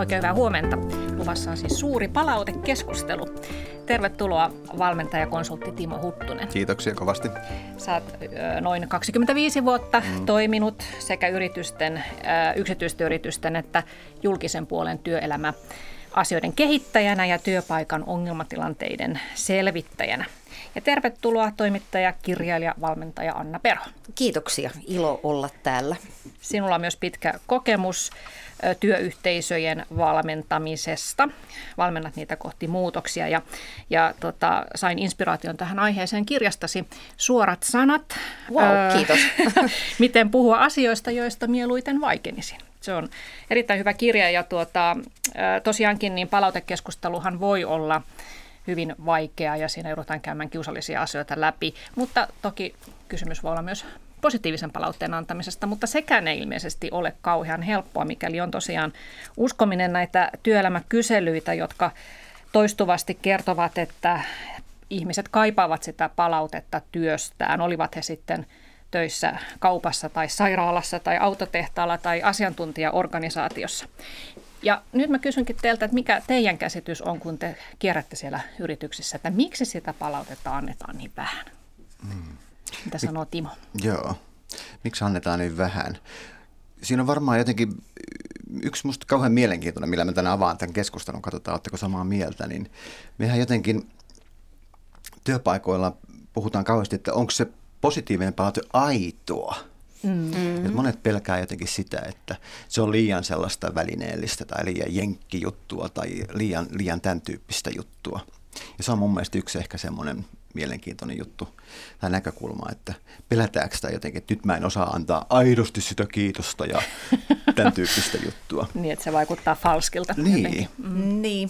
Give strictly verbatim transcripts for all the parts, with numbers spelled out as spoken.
Oikein hyvää huomenta. Luvassa on siis suuri palautekeskustelu. Tervetuloa valmentajakonsultti Timo Huttunen. Kiitoksia kovasti. Sä oot noin kaksikymmentäviisi vuotta mm. toiminut sekä yritysten, yksityisten yritysten että julkisen puolen työelämä asioiden kehittäjänä ja työpaikan ongelmatilanteiden selvittäjänä. Ja tervetuloa toimittaja, kirjailija, valmentaja Anna Perho. Kiitoksia, ilo olla täällä. Sinulla on myös pitkä kokemus työyhteisöjen valmentamisesta. Valmennat niitä kohti muutoksia ja, ja tota, sain inspiraation tähän aiheeseen kirjastasi Suorat sanat. Wow, öö, kiitos. Miten puhua asioista, joista mieluiten vaikenisin. Se on erittäin hyvä kirja ja tuota, tosiaankin niin palautekeskusteluhan voi olla hyvin vaikea ja siinä joudutaan käymään kiusallisia asioita läpi, mutta toki kysymys voi olla myös positiivisen palautteen antamisesta, mutta sekään ei ilmeisesti ole kauhean helppoa, mikäli on tosiaan uskominen näitä työelämäkyselyitä, jotka toistuvasti kertovat, että ihmiset kaipaavat sitä palautetta työstään, olivat he sitten töissä kaupassa tai sairaalassa tai autotehtaalla tai asiantuntijaorganisaatiossa. Ja nyt mä kysynkin teiltä, että mikä teidän käsitys on, kun te kierrätte siellä yrityksissä, että miksi sitä palautetta annetaan niin vähän? Hmm. Mitä sanoo Timo? Joo. Miksi annetaan niin vähän? Siinä on varmaan jotenkin yksi musta kauhean mielenkiintoinen, millä mä tänään avaan tämän keskustelun, katsotaan, oletteko samaa mieltä, niin mehän jotenkin työpaikoilla puhutaan kauheasti, että onko se positiivinen palaute aitoa. Mm-hmm. Monet pelkää jotenkin sitä, että se on liian sellaista välineellistä tai liian jenkkijuttua tai liian, liian tämän tyyppistä juttua. Ja se on mun mielestä yksi ehkä semmoinen mielenkiintoinen juttu tai näkökulma, että pelätäänkö sitä jotenkin, että nyt mä en osaa antaa aidosti sitä kiitosta ja tämän tyyppistä juttua. Niin, että se vaikuttaa falskilta. Niin. Mm. Niin.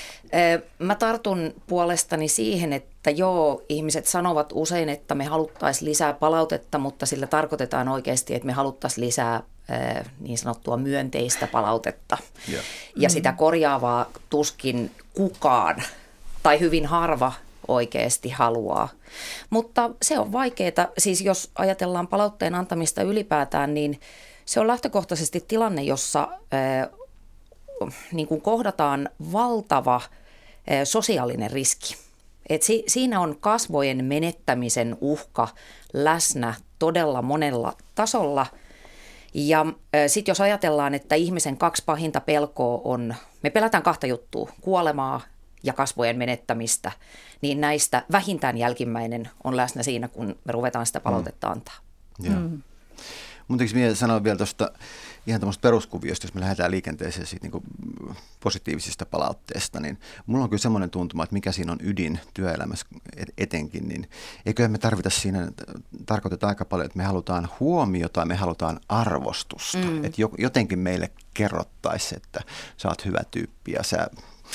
Mä tartun puolestani siihen, että joo, ihmiset sanovat usein, että me haluttaisiin lisää palautetta, mutta sillä tarkoitetaan oikeasti, että me haluttaisiin lisää niin sanottua myönteistä palautetta. Yeah. Ja sitä korjaavaa tuskin kukaan tai hyvin harva oikeasti haluaa. Mutta se on vaikeaa, siis jos ajatellaan palautteen antamista ylipäätään, niin se on lähtökohtaisesti tilanne, jossa äh, niin kuin kohdataan valtava äh, sosiaalinen riski. Et si- siinä on kasvojen menettämisen uhka läsnä todella monella tasolla. Ja äh, sitten jos ajatellaan, että ihmisen kaksi pahinta pelkoa on, me pelätään kahta juttua, kuolemaa ja kasvojen menettämistä, niin näistä vähintään jälkimmäinen on läsnä siinä, kun me ruvetaan sitä palautetta antaa. Mm. Mm. Mun tekisi mieleen sanoa vielä tuosta ihan tämmöistä peruskuviosta, jos me lähdetään liikenteeseen siitä niin kuin positiivisista palautteesta, niin mulla on kyllä semmoinen tuntuma, että mikä siinä on ydin työelämässä etenkin, niin eiköhän me tarvita siinä, tarkoitetaan aika paljon, että me halutaan huomiota ja me halutaan arvostusta, mm. että jotenkin meille kerrottaisiin, että sä oot hyvä tyyppi ja sä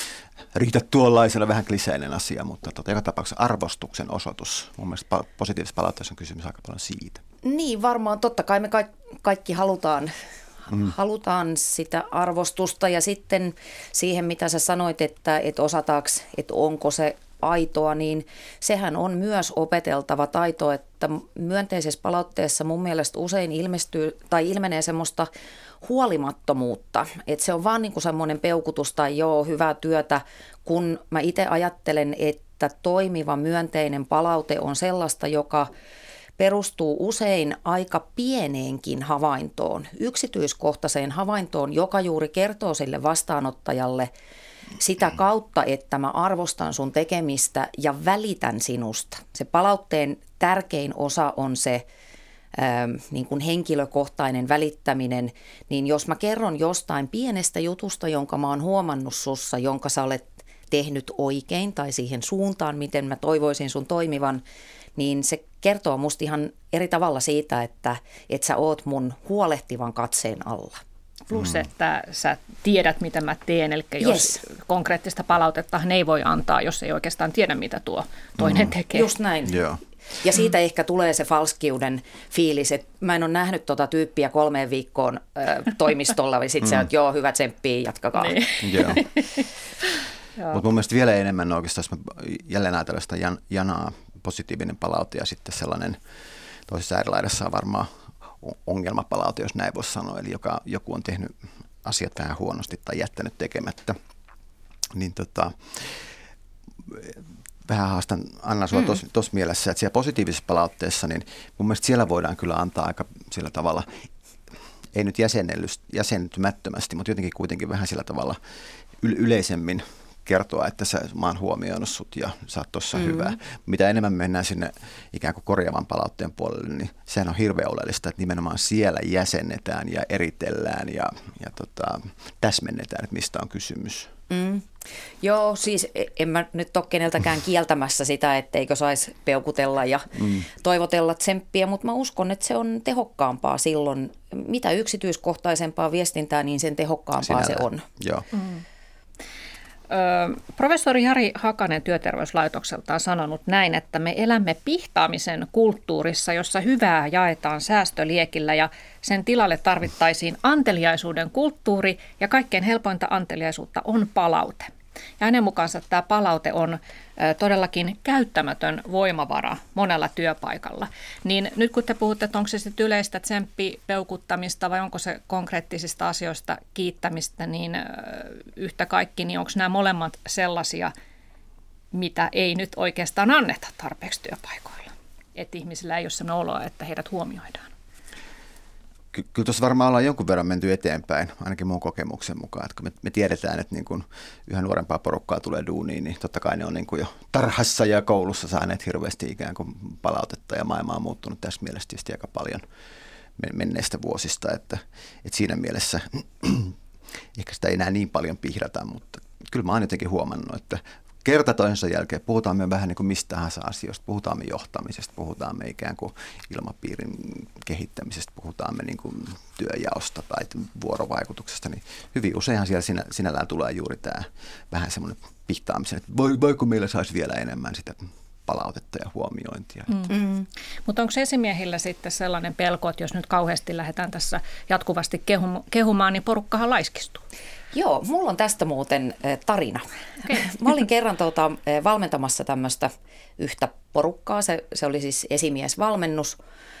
riität tuollaisella vähän kliseinen asia, mutta tota, joka tapauksessa arvostuksen osoitus. Mun mielestä positiivisessa palautteessa on kysymys aika paljon siitä. Niin, varmaan totta kai me kaikki, kaikki halutaan, mm. halutaan sitä arvostusta ja sitten siihen, mitä sä sanoit, että, että osataanko, että onko se aitoa, niin sehän on myös opeteltava taito, että myönteisessä palautteessa mun mielestä usein ilmestyy tai ilmenee semmoista huolimattomuutta, että se on vaan niin kuin semmoinen peukutus tai joo, hyvää työtä, kun mä itse ajattelen, että toimiva myönteinen palaute on sellaista, joka perustuu usein aika pieneenkin havaintoon, yksityiskohtaiseen havaintoon, joka juuri kertoo sille vastaanottajalle sitä kautta, että mä arvostan sun tekemistä ja välitän sinusta. Se palautteen tärkein osa on se ähm, niin kuin henkilökohtainen välittäminen, niin jos mä kerron jostain pienestä jutusta, jonka mä oon huomannut sussa, jonka sä olet tehnyt oikein tai siihen suuntaan, miten mä toivoisin sun toimivan, niin se kertoo musta ihan eri tavalla siitä, että, että sä oot mun huolehtivan katseen alla. Plus, että sä tiedät, mitä mä teen, eli jos yes. konkreettista palautetta ne ei voi antaa, jos ei oikeastaan tiedä, mitä tuo toinen mm. tekee. Just näin. Yeah. Ja siitä mm. ehkä tulee se falskiuden fiilis, että mä en ole nähnyt tota tyyppiä kolmeen viikkoon äh, toimistolla, ja sitten mm. se on, että joo, hyvä tsemppii, jatkakaa. Niin. Yeah. Mutta mun mielestä vielä enemmän oikeastaan, jos mä jälleen ajatellaan sitä jan, janaa, positiivinen palaute ja sitten sellainen toisessa äärilaidassa on varmaan ongelmapalaute, jos näin voisi sanoa, eli joka, joku on tehnyt asiat vähän huonosti tai jättänyt tekemättä. Niin tota, vähän haastan Anna sua tuossa mm. mielessä, että siellä positiivisessa palautteessa, niin mun mielestä siellä voidaan kyllä antaa aika sillä tavalla, ei nyt jäsentymättömästi, mutta jotenkin kuitenkin vähän sillä tavalla yle- yleisemmin kertoa, että sä, mä oon huomioinut sut ja sä oot tossa mm. hyvä. Mitä enemmän mennään sinne ikään kuin korjaavan palautteen puolelle, niin sehän on hirveän oleellista, että nimenomaan siellä jäsennetään ja eritellään ja, ja tota, täsmennetään, että mistä on kysymys. Mm. Joo, siis en mä nyt ole keneltäkään kieltämässä sitä, etteikö saisi peukutella ja mm. toivotella tsemppiä, mutta mä uskon, että se on tehokkaampaa silloin. Mitä yksityiskohtaisempaa viestintää, niin sen tehokkaampaa Sinällään. se on. Joo. Mm. Ö, professori Jari Hakanen Työterveyslaitokselta on sanonut näin, että me elämme pihtaamisen kulttuurissa, jossa hyvää jaetaan säästöliekillä ja sen tilalle tarvittaisiin anteliaisuuden kulttuuri ja kaikkein helpointa anteliaisuutta on palaute. Ja hänen mukaansa tämä palaute on todellakin käyttämätön voimavara monella työpaikalla. Niin nyt kun te puhutte, että onko se sitten yleistä tsemppipeukuttamista vai onko se konkreettisista asioista kiittämistä, niin yhtä kaikki, niin onko nämä molemmat sellaisia, mitä ei nyt oikeastaan anneta tarpeeksi työpaikoilla? Että ihmisillä ei ole sellainen olo, että heidät huomioidaan. Ky- Kyllä tuossa varmaan ollaan jonkun verran menty eteenpäin, ainakin mun kokemuksen mukaan. Että kun me, me tiedetään, että niin kun yhä nuorempaa porukkaa tulee duuniin, niin totta kai ne on niin kun jo tarhassa ja koulussa saaneet hirveästi ikään kuin palautetta. Ja maailma on muuttunut tässä mielessä tietysti aika paljon menneistä vuosista. Että, että siinä mielessä ehkä sitä ei enää niin paljon pihdata, mutta kyllä mä oon jotenkin huomannut, että kerta toisensa jälkeen puhutaan me vähän niin kuin mistä tahansa asioista, puhutaan me johtamisesta, puhutaan me ikään kuin ilmapiirin kehittämisestä, puhutaan me niin kuin työjaosta tai vuorovaikutuksesta, niin hyvin useinhan siellä sinä, sinällään tulee juuri tämä vähän semmoinen pihtaamisen, että voi, voiko meillä saisi vielä enemmän sitä palautetta ja huomiointia. Mm. Mm. Mutta onko esimiehillä sitten sellainen pelko, että jos nyt kauheasti lähdetään tässä jatkuvasti kehumaan, niin porukkahan laiskistuu? Joo, mulla on tästä muuten tarina. Okay. Mä olin kerran tuota, valmentamassa tämmöistä yhtä porukkaa, se, se oli siis esimiesvalmennus.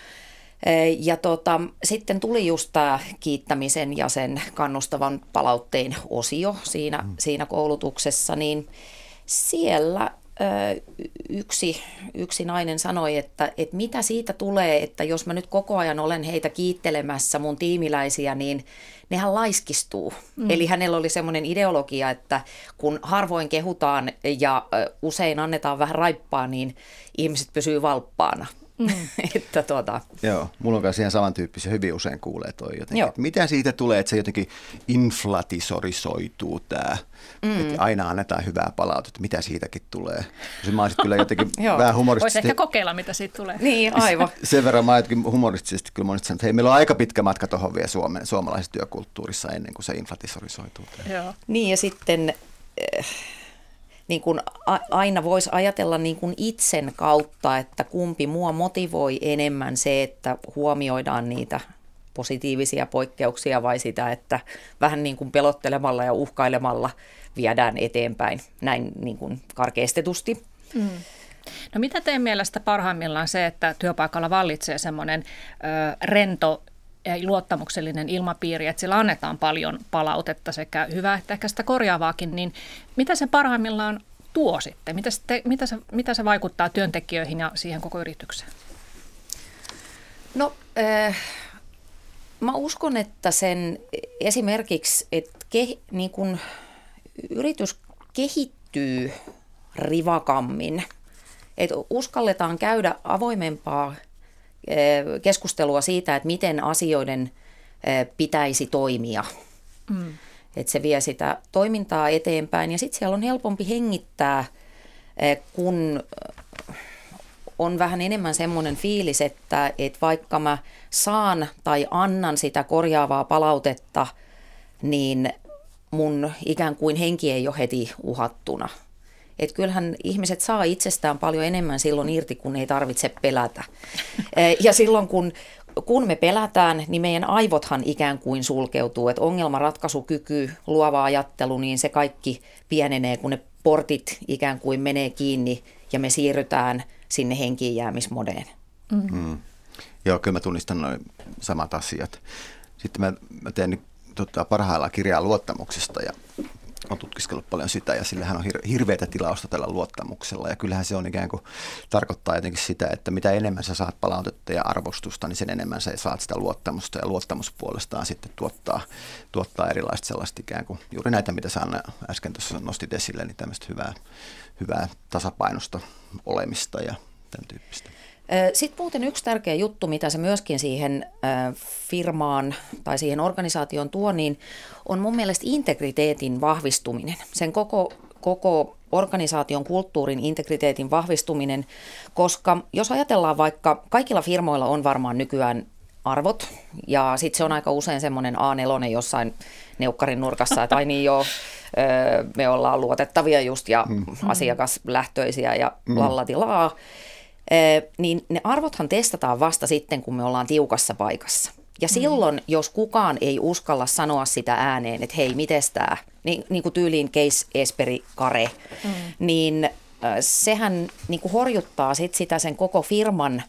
Ja tota, sitten tuli just tämä kiittämisen ja sen kannustavan palautteen osio siinä, mm. siinä koulutuksessa, niin siellä Yksi, yksi nainen sanoi, että, että mitä siitä tulee, että jos mä nyt koko ajan olen heitä kiittelemässä, mun tiimiläisiä, niin nehän laiskistuu. Mm. Eli hänellä oli semmoinen ideologia, että kun harvoin kehutaan ja usein annetaan vähän raippaa, niin ihmiset pysyy valppaana. Mm. että tuota. Joo, mulla on myös ihan samantyyppisiä, hyvin usein kuulee toi jotenkin. Mitä siitä tulee, että se jotenkin inflatisorisoituu tämä, mm. että aina annetaan hyvää palautetta, mitä siitäkin tulee. Jos mä olisin kyllä jotenkin vähän humoristisesti. Voisi ehkä kokeilla, mitä siitä tulee. Niin, aivan. Sen verran mä jotenkin humoristisesti kyllä monesti sanon, että hei, meillä on aika pitkä matka tuohon vielä Suomen, suomalaisessa työkulttuurissa ennen kuin se inflatisorisoituu. Joo. Niin ja sitten Äh, niin kuin aina voisi ajatella niin kuin itsen kautta, että kumpi mua motivoi enemmän se, että huomioidaan niitä positiivisia poikkeuksia vai sitä, että vähän niin kuin pelottelemalla ja uhkailemalla viedään eteenpäin näin niin kuin karkeistetusti. Mm. No mitä teidän mielestä parhaimmillaan se, että työpaikalla vallitsee semmoinen ö, rento ja luottamuksellinen ilmapiiri, että sillä annetaan paljon palautetta sekä hyvää että ehkä sitä korjaavaakin, niin mitä se parhaimmillaan tuo sitten? Mitä se, mitä se, mitä se vaikuttaa työntekijöihin ja siihen koko yritykseen? No, äh, mä uskon, että sen esimerkiksi, että ke, niin kun yritys kehittyy rivakammin, että uskalletaan käydä avoimempaa keskustelua siitä, että miten asioiden pitäisi toimia. Mm. Että se vie sitä toimintaa eteenpäin ja sitten siellä on helpompi hengittää, kun on vähän enemmän semmoinen fiilis, että, että vaikka mä saan tai annan sitä korjaavaa palautetta, niin mun ikään kuin henki ei ole heti uhattuna. Että kyllähän ihmiset saa itsestään paljon enemmän silloin irti, kun ei tarvitse pelätä. Ja silloin kun, kun me pelätään, niin meidän aivothan ikään kuin sulkeutuu. Että ongelmanratkaisukyky, luova ajattelu, niin se kaikki pienenee, kun ne portit ikään kuin menee kiinni ja me siirrytään sinne henkiin jäämismodeen. Mm. Mm. Joo, kyllä mä tunnistan noin samat asiat. Sitten mä, mä teen tota, parhaillaan kirjaa luottamuksesta ja on tutkiskellut paljon sitä ja sillähän on hir- hirveätä tilausta tällä luottamuksella ja kyllähän se on ikään kuin tarkoittaa jotenkin sitä, että mitä enemmän sä saat palautetta ja arvostusta, niin sen enemmän sä saat sitä luottamusta ja luottamus puolestaan sitten tuottaa, tuottaa erilaista sellaista ikään kuin juuri näitä, mitä sä Anna äsken tuossa nostit esille, niin tämmöistä hyvää, hyvää tasapainosta olemista ja tämän tyyppistä. Sitten muuten yksi tärkeä juttu, mitä se myöskin siihen firmaan tai siihen organisaation tuo, niin on mun mielestä integriteetin vahvistuminen. Sen koko, koko organisaation kulttuurin integriteetin vahvistuminen, koska jos ajatellaan vaikka, kaikilla firmoilla on varmaan nykyään arvot, ja sitten se on aika usein semmoinen A neljä jossain neukkarin nurkassa, että ai niin joo, me ollaan luotettavia just ja mm. asiakaslähtöisiä ja lallatilaa. Niin ne arvothan testataan vasta sitten, kun me ollaan tiukassa paikassa. Ja silloin, jos kukaan ei uskalla sanoa sitä ääneen, että hei, mites tää, niin, niin kuin tyyliin case Esperi Kare, mm. niin sehän niin kuin horjuttaa sit sitä sen koko firman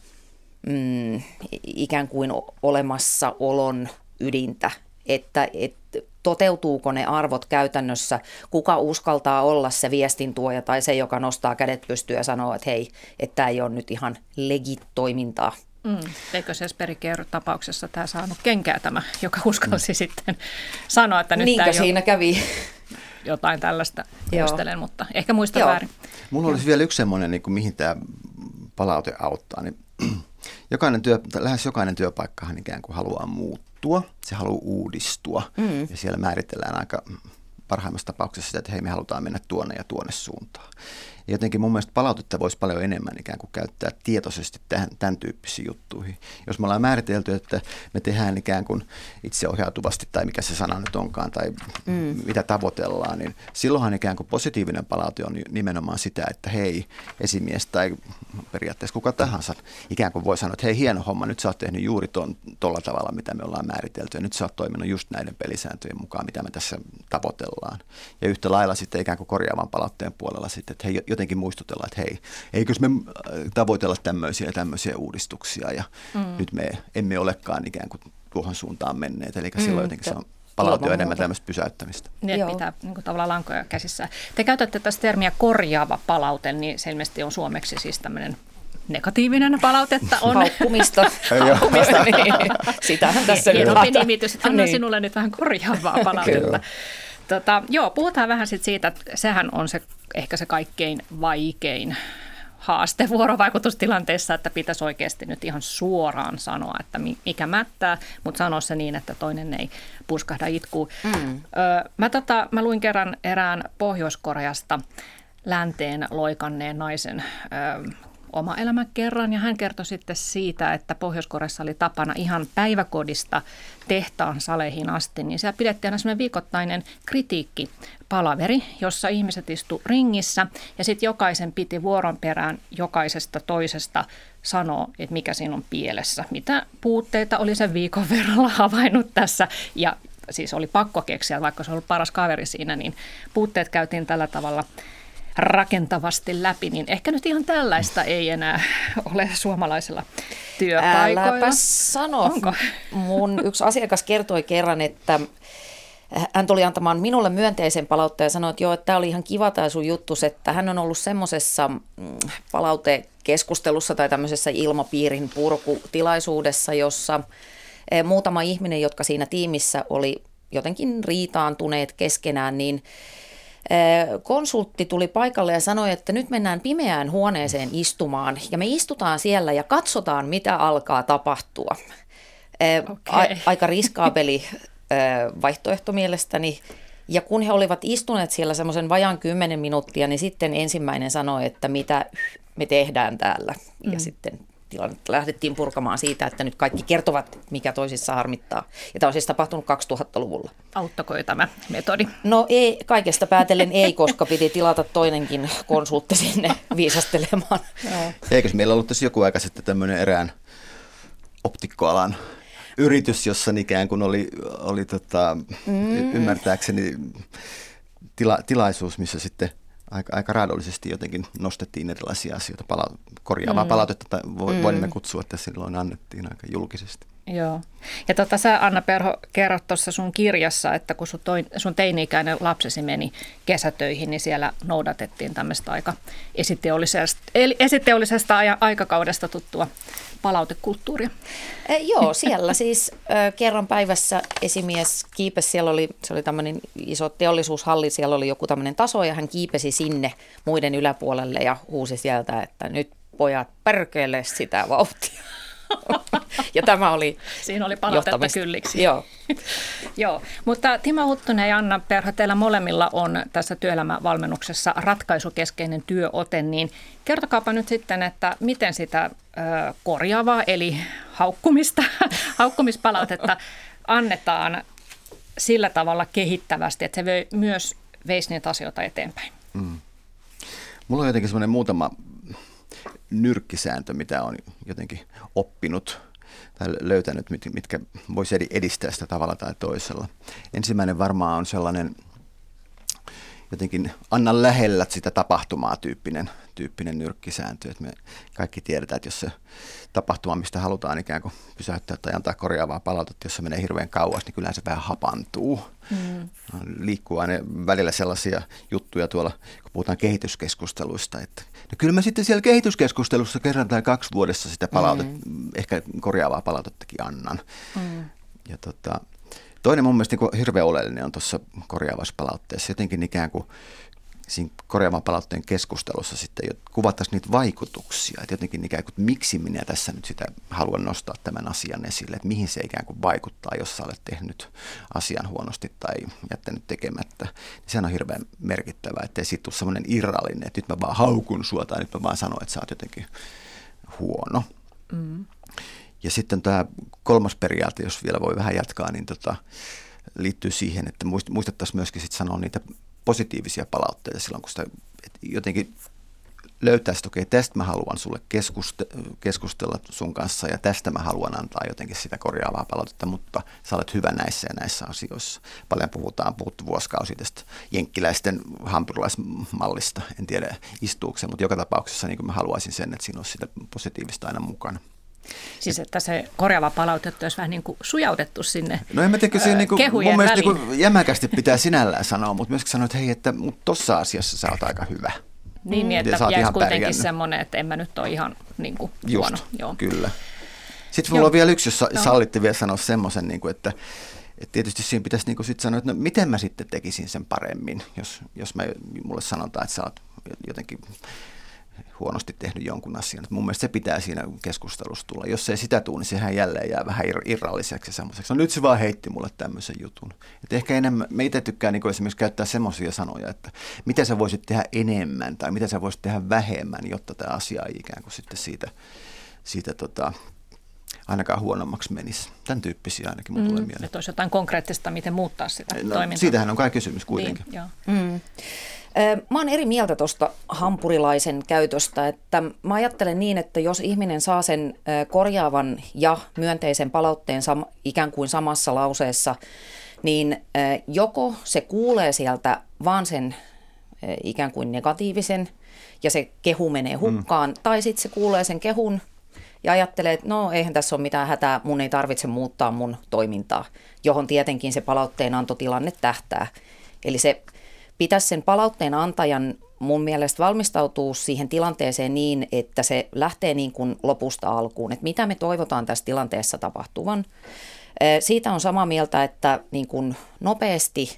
mm, ikään kuin olemassaolon ydintä, että et, toteutuuko ne arvot käytännössä, kuka uskaltaa olla se viestintuoja tai se, joka nostaa kädet pystyyn ja sanoo, että hei, että tämä ei ole nyt ihan legit-toimintaa. Mm. Eikö se Esperi-tapauksessa tämä saanut kenkää tämä, joka uskalsi mm. sitten sanoa, että nyt Niinkö tämä ei siinä ole kävi? Jotain tällaista muistelen, mutta ehkä muistan Joo. väärin. Mulla olisi vielä yksi semmoinen, niin kuin mihin tämä palaute auttaa. Niin jokainen työ, lähes jokainen työpaikkahan ikään kuin haluaa muuttua, se haluaa uudistua mm. ja siellä määritellään aika parhaimmassa tapauksessa sitä, että hei, me halutaan mennä tuonne ja tuonne suuntaan. Ja jotenkin mun mielestä palautetta voisi paljon enemmän ikään kuin käyttää tietoisesti tähän, tämän tyyppisiin juttuihin. Jos me ollaan määritelty, että me tehdään ikään kuin itseohjautuvasti tai mikä se sana nyt onkaan tai mm. mitä tavoitellaan, niin silloinhan ikään kuin positiivinen palaute on nimenomaan sitä, että hei, esimies tai periaatteessa kuka tahansa ikään kuin voi sanoa, että hei, hieno homma, nyt sä oot tehnyt juuri ton, tolla tavalla, mitä me ollaan määritelty ja nyt sä oot toiminut just näiden pelisääntöjen mukaan, mitä me tässä tavoitellaan. Ja yhtä lailla sitten ikään kuin korjaavan palautteen puolella sitten, että hei, jotenkin muistutella, että hei, eikös me tavoitella tämmöisiä ja tämmöisiä uudistuksia ja mm. nyt me emme olekaan ikään kuin tuohon suuntaan menneet. Eli silloin mm. jotenkin se on palaute enemmän tämmöistä pysäyttämistä. Niin, että pitää niin kuin, tavallaan lankoja käsissä. Te käytätte tästä termiä korjaava palaute, niin se ilmeisesti on suomeksi siis tämmöinen negatiivinen palautetta on. Haukkumista. Haukkumista, niin. Sitähän tässä nyt hienompi nimitys, että annan niin. sinulle nyt vähän korjaavaa palautetta. Tota, joo, puhutaan vähän sit siitä, että sehän on se, ehkä se kaikkein vaikein haaste vuorovaikutustilanteessa, että pitäisi oikeasti nyt ihan suoraan sanoa, että mikä mättää, mutta sanoa se niin, että toinen ei puskahda itkuun. Mm. Öö, mä, tota, mä luin kerran erään Pohjois-Koreasta länteen loikanneen naisen öö, oma elämä kerran, ja hän kertoi sitten siitä, että Pohjois-Koreassa oli tapana ihan päiväkodista tehtaan saleihin asti, niin siellä pidettiin aina semmoinen viikoittainen kritiikkipalaveri, jossa ihmiset istu ringissä, ja sitten jokaisen piti vuoron perään jokaisesta toisesta sanoa, että mikä siinä on pielessä, mitä puutteita oli sen viikon verralla havainnut tässä, ja siis oli pakko keksiä, vaikka se oli ollut paras kaveri siinä, niin puutteet käytiin tällä tavalla rakentavasti läpi, niin ehkä nyt ihan tällaista ei enää ole suomalaisilla työpaikoilla. Äläpä sano. Onko? Mun yksi asiakas kertoi kerran, että hän tuli antamaan minulle myönteisen palautteen ja sanoi, että joo, että tämä oli ihan kiva tämä sun juttus, että hän on ollut semmoisessa palautekeskustelussa tai tämmöisessä ilmapiirin purkutilaisuudessa, jossa muutama ihminen, jotka siinä tiimissä oli jotenkin riitaantuneet keskenään, niin konsultti tuli paikalle ja sanoi, että nyt mennään pimeään huoneeseen istumaan ja me istutaan siellä ja katsotaan, mitä alkaa tapahtua. Okay. A- aika riskaabeli vaihtoehto mielestäni. Ja kun he olivat istuneet siellä semmoisen vajaan kymmenen minuuttia, niin sitten ensimmäinen sanoi, että mitä me tehdään täällä. Mm. Ja sitten tilannetta lähdettiin purkamaan siitä, että nyt kaikki kertovat, mikä toisissa harmittaa. Ja tämä on siis tapahtunut kaksituhattaluvulla. Auttako tämä metodi? No ei, kaikesta päätellen ei, koska piti tilata toinenkin konsultti sinne viisastelemaan. Eikös meillä ollut tässä joku aika sitten tämmöinen erään optikkoalan yritys, jossa ikään kuin oli, oli tota, mm. ymmärtääkseni tila, tilaisuus, missä sitten aika, aika raadollisesti jotenkin nostettiin erilaisia asioita. Pala- korjaavaa mm. palautetta, tai vo, mm. voimme kutsua, että silloin annettiin aika julkisesti. Joo. Ja tota, sä Anna Perho kerrot tuossa sun kirjassa, että kun sun, toi, sun teini-ikäinen lapsesi meni kesätöihin, niin siellä noudatettiin tämmöistä aika esiteollisesta, esiteollisesta aikakaudesta tuttua palautekulttuuria. Eh, joo, siellä siis äh, kerran päivässä esimies kiipesi, siellä oli, se oli tämmöinen iso teollisuushalli, siellä oli joku tämmöinen taso ja hän kiipesi sinne muiden yläpuolelle ja huusi sieltä, että nyt pojat perkele sitä vauhtia. Ja tämä oli Siinä oli palautetta johtamista. kylliksi. Joo. Joo, mutta Timo Huttunen ja Anna Perho, teillä molemmilla on tässä työelämävalmennuksessa ratkaisukeskeinen työote, niin kertokaapa nyt sitten, että miten sitä ö, korjaavaa eli haukkumista, haukkumispalautetta annetaan sillä tavalla kehittävästi, että se voi myös veisi niitä asioita eteenpäin. Mm. Mulla on jotenkin semmoinen muutama nyrkkisääntö, mitä on jotenkin oppinut tai löytänyt, mitkä voisi edistää sitä tavalla tai toisella. Ensimmäinen varmaan on sellainen jotenkin anna lähellä sitä tapahtumaa tyyppinen, tyyppinen nyrkkisääntö. Että me kaikki tiedetään, että jos se tapahtuma, mistä halutaan ikään kuin pysäyttää tai antaa korjaavaa palautetta, jos se menee hirveän kauas, niin kyllähän se vähän hapantuu. Mm. Liikkuu aina välillä sellaisia juttuja tuolla, kun puhutaan kehityskeskusteluista, että no kyllä mä sitten siellä kehityskeskustelussa kerran tai kaksi vuodessa sitä palautetta, mm. ehkä korjaavaa palautettakin annan. Mm. Ja tota, toinen mun mielestä niin hirveän oleellinen on tuossa korjaavassa palautteessa jotenkin ikään kuin siinä korjaavan palautteen keskustelussa sitten kuvattaisiin niitä vaikutuksia, että jotenkin ikään kuin, että miksi minä tässä nyt sitä haluan nostaa tämän asian esille, että mihin se ikään kuin vaikuttaa, jos sä olet tehnyt asian huonosti tai jättänyt tekemättä. Sehän on hirveän merkittävää, ettei siitä tule semmoinen irrallinen, että nyt mä vaan haukun sua tai nyt mä vaan sanon, että sä oot jotenkin huono. Mm. Ja sitten tämä kolmas periaate, jos vielä voi vähän jatkaa, niin tota, liittyy siihen, että muistettaisiin myöskin sit sanoa niitä positiivisia palautteita silloin, kun sitä jotenkin löytäisi, että okei, tästä mä haluan sulle keskuste- keskustella sun kanssa ja tästä mä haluan antaa jotenkin sitä korjaavaa palautetta, mutta sä olet hyvä näissä ja näissä asioissa. Paljon puhutaan, puhuttu vuosikausia tästä jenkkiläisten hampurilaismallista, en tiedä istuuko se, mutta joka tapauksessa niin mä haluaisin sen, että siinä olisi sitä positiivista aina mukana. Siis että se korjaava palautetta olisi vähän niin kuin sujautettu sinne no en mä tiedä, siinä niin kuin, kehujen mun mielestä väliin. Niin jämäkästi pitää sinällään sanoa, mutta myöskin sanoa, että hei, että tuossa asiassa sä oot aika hyvä. Niin, niin että jäisi kuitenkin semmoinen, että en mä nyt ole ihan niin kuin huono. Just, Joo. kyllä. Sitten mulla Joo. on vielä yksi, jos no. sallitte vielä sanoa semmoisen, niin kuin, että, että tietysti siinä pitäisi niin kuin sit sanoa, että no, miten mä sitten tekisin sen paremmin, jos, jos mä, mulle sanotaan, että sä oot jotenkin huonosti tehnyt jonkun asian. Mun mielestä se pitää siinä keskustelussa tulla. Jos ei sitä tule, niin sehän jälleen jää vähän irralliseksi ja semmoiseksi. No nyt se vaan heitti mulle tämmöisen jutun. Et ehkä enemmän, me itse tykkään niin esimerkiksi käyttää semmoisia sanoja, että mitä sä voisit tehdä enemmän tai mitä sä voisit tehdä vähemmän, jotta tämä asia ei ikään kuin sitten siitä, siitä tota, ainakaan huonommaksi menisi. Tämän tyyppisiä ainakin mun mm, tulee mieleen. Että olisi jotain konkreettista, miten muuttaa sitä no, toimintaa. Siitähän on kai kysymys kuitenkin. Niin, joo. Mm. Mä oon eri mieltä tuosta hampurilaisen käytöstä, että mä ajattelen niin, että jos ihminen saa sen korjaavan ja myönteisen palautteen sam- ikään kuin samassa lauseessa, niin joko se kuulee sieltä vaan sen ikään kuin negatiivisen ja se kehu menee hukkaan, mm. tai sitten se kuulee sen kehun ja ajattelee, että no eihän tässä ole mitään hätää, mun ei tarvitse muuttaa mun toimintaa, johon tietenkin se palautteenantotilanne tähtää. Eli se pitäisi sen palautteen antajan mun mielestä valmistautua siihen tilanteeseen niin, että se lähtee niin kuin lopusta alkuun, että mitä me toivotaan tässä tilanteessa tapahtuvan. Siitä on samaa mieltä, että niin kuin nopeasti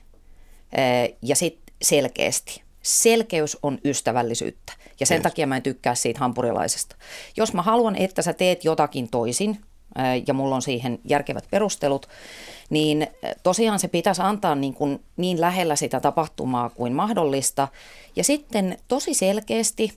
ja sitten selkeästi. Selkeys on ystävällisyyttä ja sen yes. takia mä en tykkää siitä hampurilaisesta. Jos mä haluan, että sä teet jotakin toisin ja mulla on siihen järkevät perustelut, niin tosiaan se pitäisi antaa niin, kuin niin lähellä sitä tapahtumaa kuin mahdollista. Ja sitten tosi selkeästi,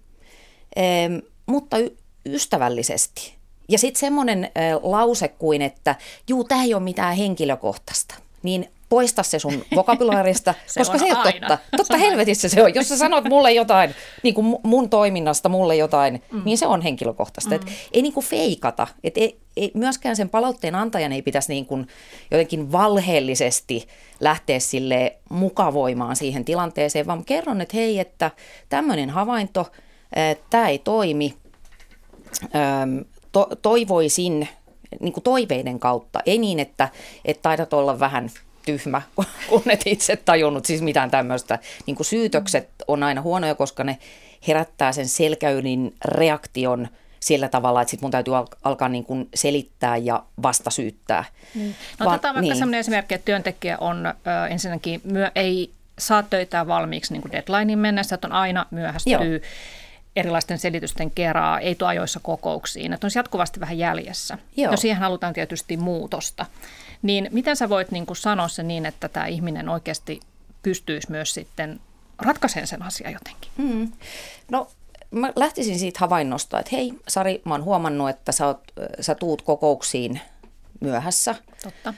mutta ystävällisesti. Ja sitten semmoinen lause kuin, että juu, tämä ei ole mitään henkilökohtaista, niin poista se sun vokabulaarista, se koska se ei ole totta. Totta helvetissä se on. Jos sä sanot mulle jotain, niin kuin mun toiminnasta mulle jotain, mm. niin se on henkilökohtaista. Mm. Et ei niin kuin feikata. Et ei, ei, myöskään sen palautteen antajan ei pitäisi niin kuin jotenkin valheellisesti lähteä sille mukavoimaan siihen tilanteeseen, vaan kerron, että hei, että tämmöinen havainto, tämä ei toimi. To, toivoisin, niin kuin toiveiden kautta. Ei niin, että, että taidat olla vähän tyhmä, kun et itse tajunnut siis mitään tämmöistä. Niin kuin syytökset on aina huonoja, koska ne herättää sen selkäydin reaktion sillä tavalla, että sit mun täytyy al- alkaa niin kuin selittää ja vastasyyttää. Niin. No Va- otetaan vaikka niin. sellainen esimerkki, että työntekijä on ö, ensinnäkin, myö, ei saa töitä valmiiksi niin kuin deadlinein mennessä, että on aina myöhästyy Joo. erilaisten selitysten kerää, ei tule ajoissa kokouksiin, että on jatkuvasti vähän jäljessä. Joo. No siihen halutaan tietysti muutosta. Niin miten sä voit niin kuin sanoa se niin, että tämä ihminen oikeasti pystyisi myös sitten ratkaisemaan sen asian jotenkin? Hmm. No mä lähtisin siitä havainnosta, että hei Sari, mä oon huomannut, että sä, oot, sä tuut kokouksiin myöhässä. Totta.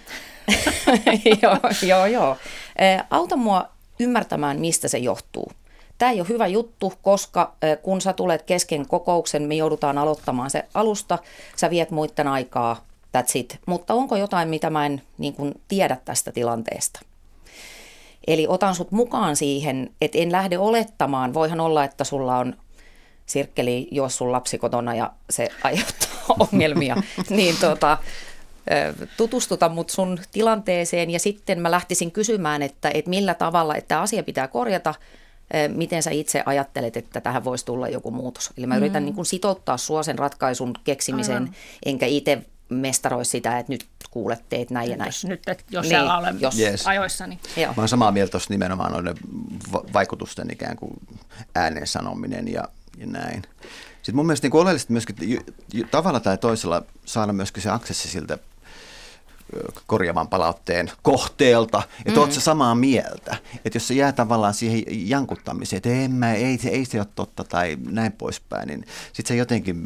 joo, joo, joo. Auta mua ymmärtämään, mistä se johtuu. Tämä ei ole hyvä juttu, koska kun sä tulet kesken kokouksen, me joudutaan aloittamaan se alusta, sä viet muiden aikaa, that's it. Mutta onko jotain, mitä mä en niin kuin tiedä tästä tilanteesta? Eli otan sut mukaan siihen, että en lähde olettamaan. Voihan olla, että sulla on sirkkeli juossut lapsi kotona ja se aiheuttaa ongelmia. niin tota, tutustuta mut sun tilanteeseen ja sitten mä lähtisin kysymään, että, että millä tavalla, että asia pitää korjata, miten sä itse ajattelet, että tähän voisi tulla joku muutos. Eli mä yritän mm. niin kuin sitouttaa sua sen ratkaisun keksimiseen, Aivan. enkä itse mestaroi sitä, että nyt kuulet, teet näin ja näin. Jos, nyt, että jos niin, siellä olen jos. Yes. ajoissa. Niin. Mä oon samaa mieltä tuossa nimenomaan noiden vaikutusten ikään kuin ääneen sanominen ja, ja näin. Sitten mun mielestä niin oleellisesti myöskin tavalla tai toisella saada myöskin se aksessi siltä korjaavan palautteen kohteelta, että mm-hmm. oot sä samaa mieltä. Että jos se jää tavallaan siihen jankuttamiseen, että en mä, ei, se, ei se ole totta tai näin poispäin, niin sitten se jotenkin,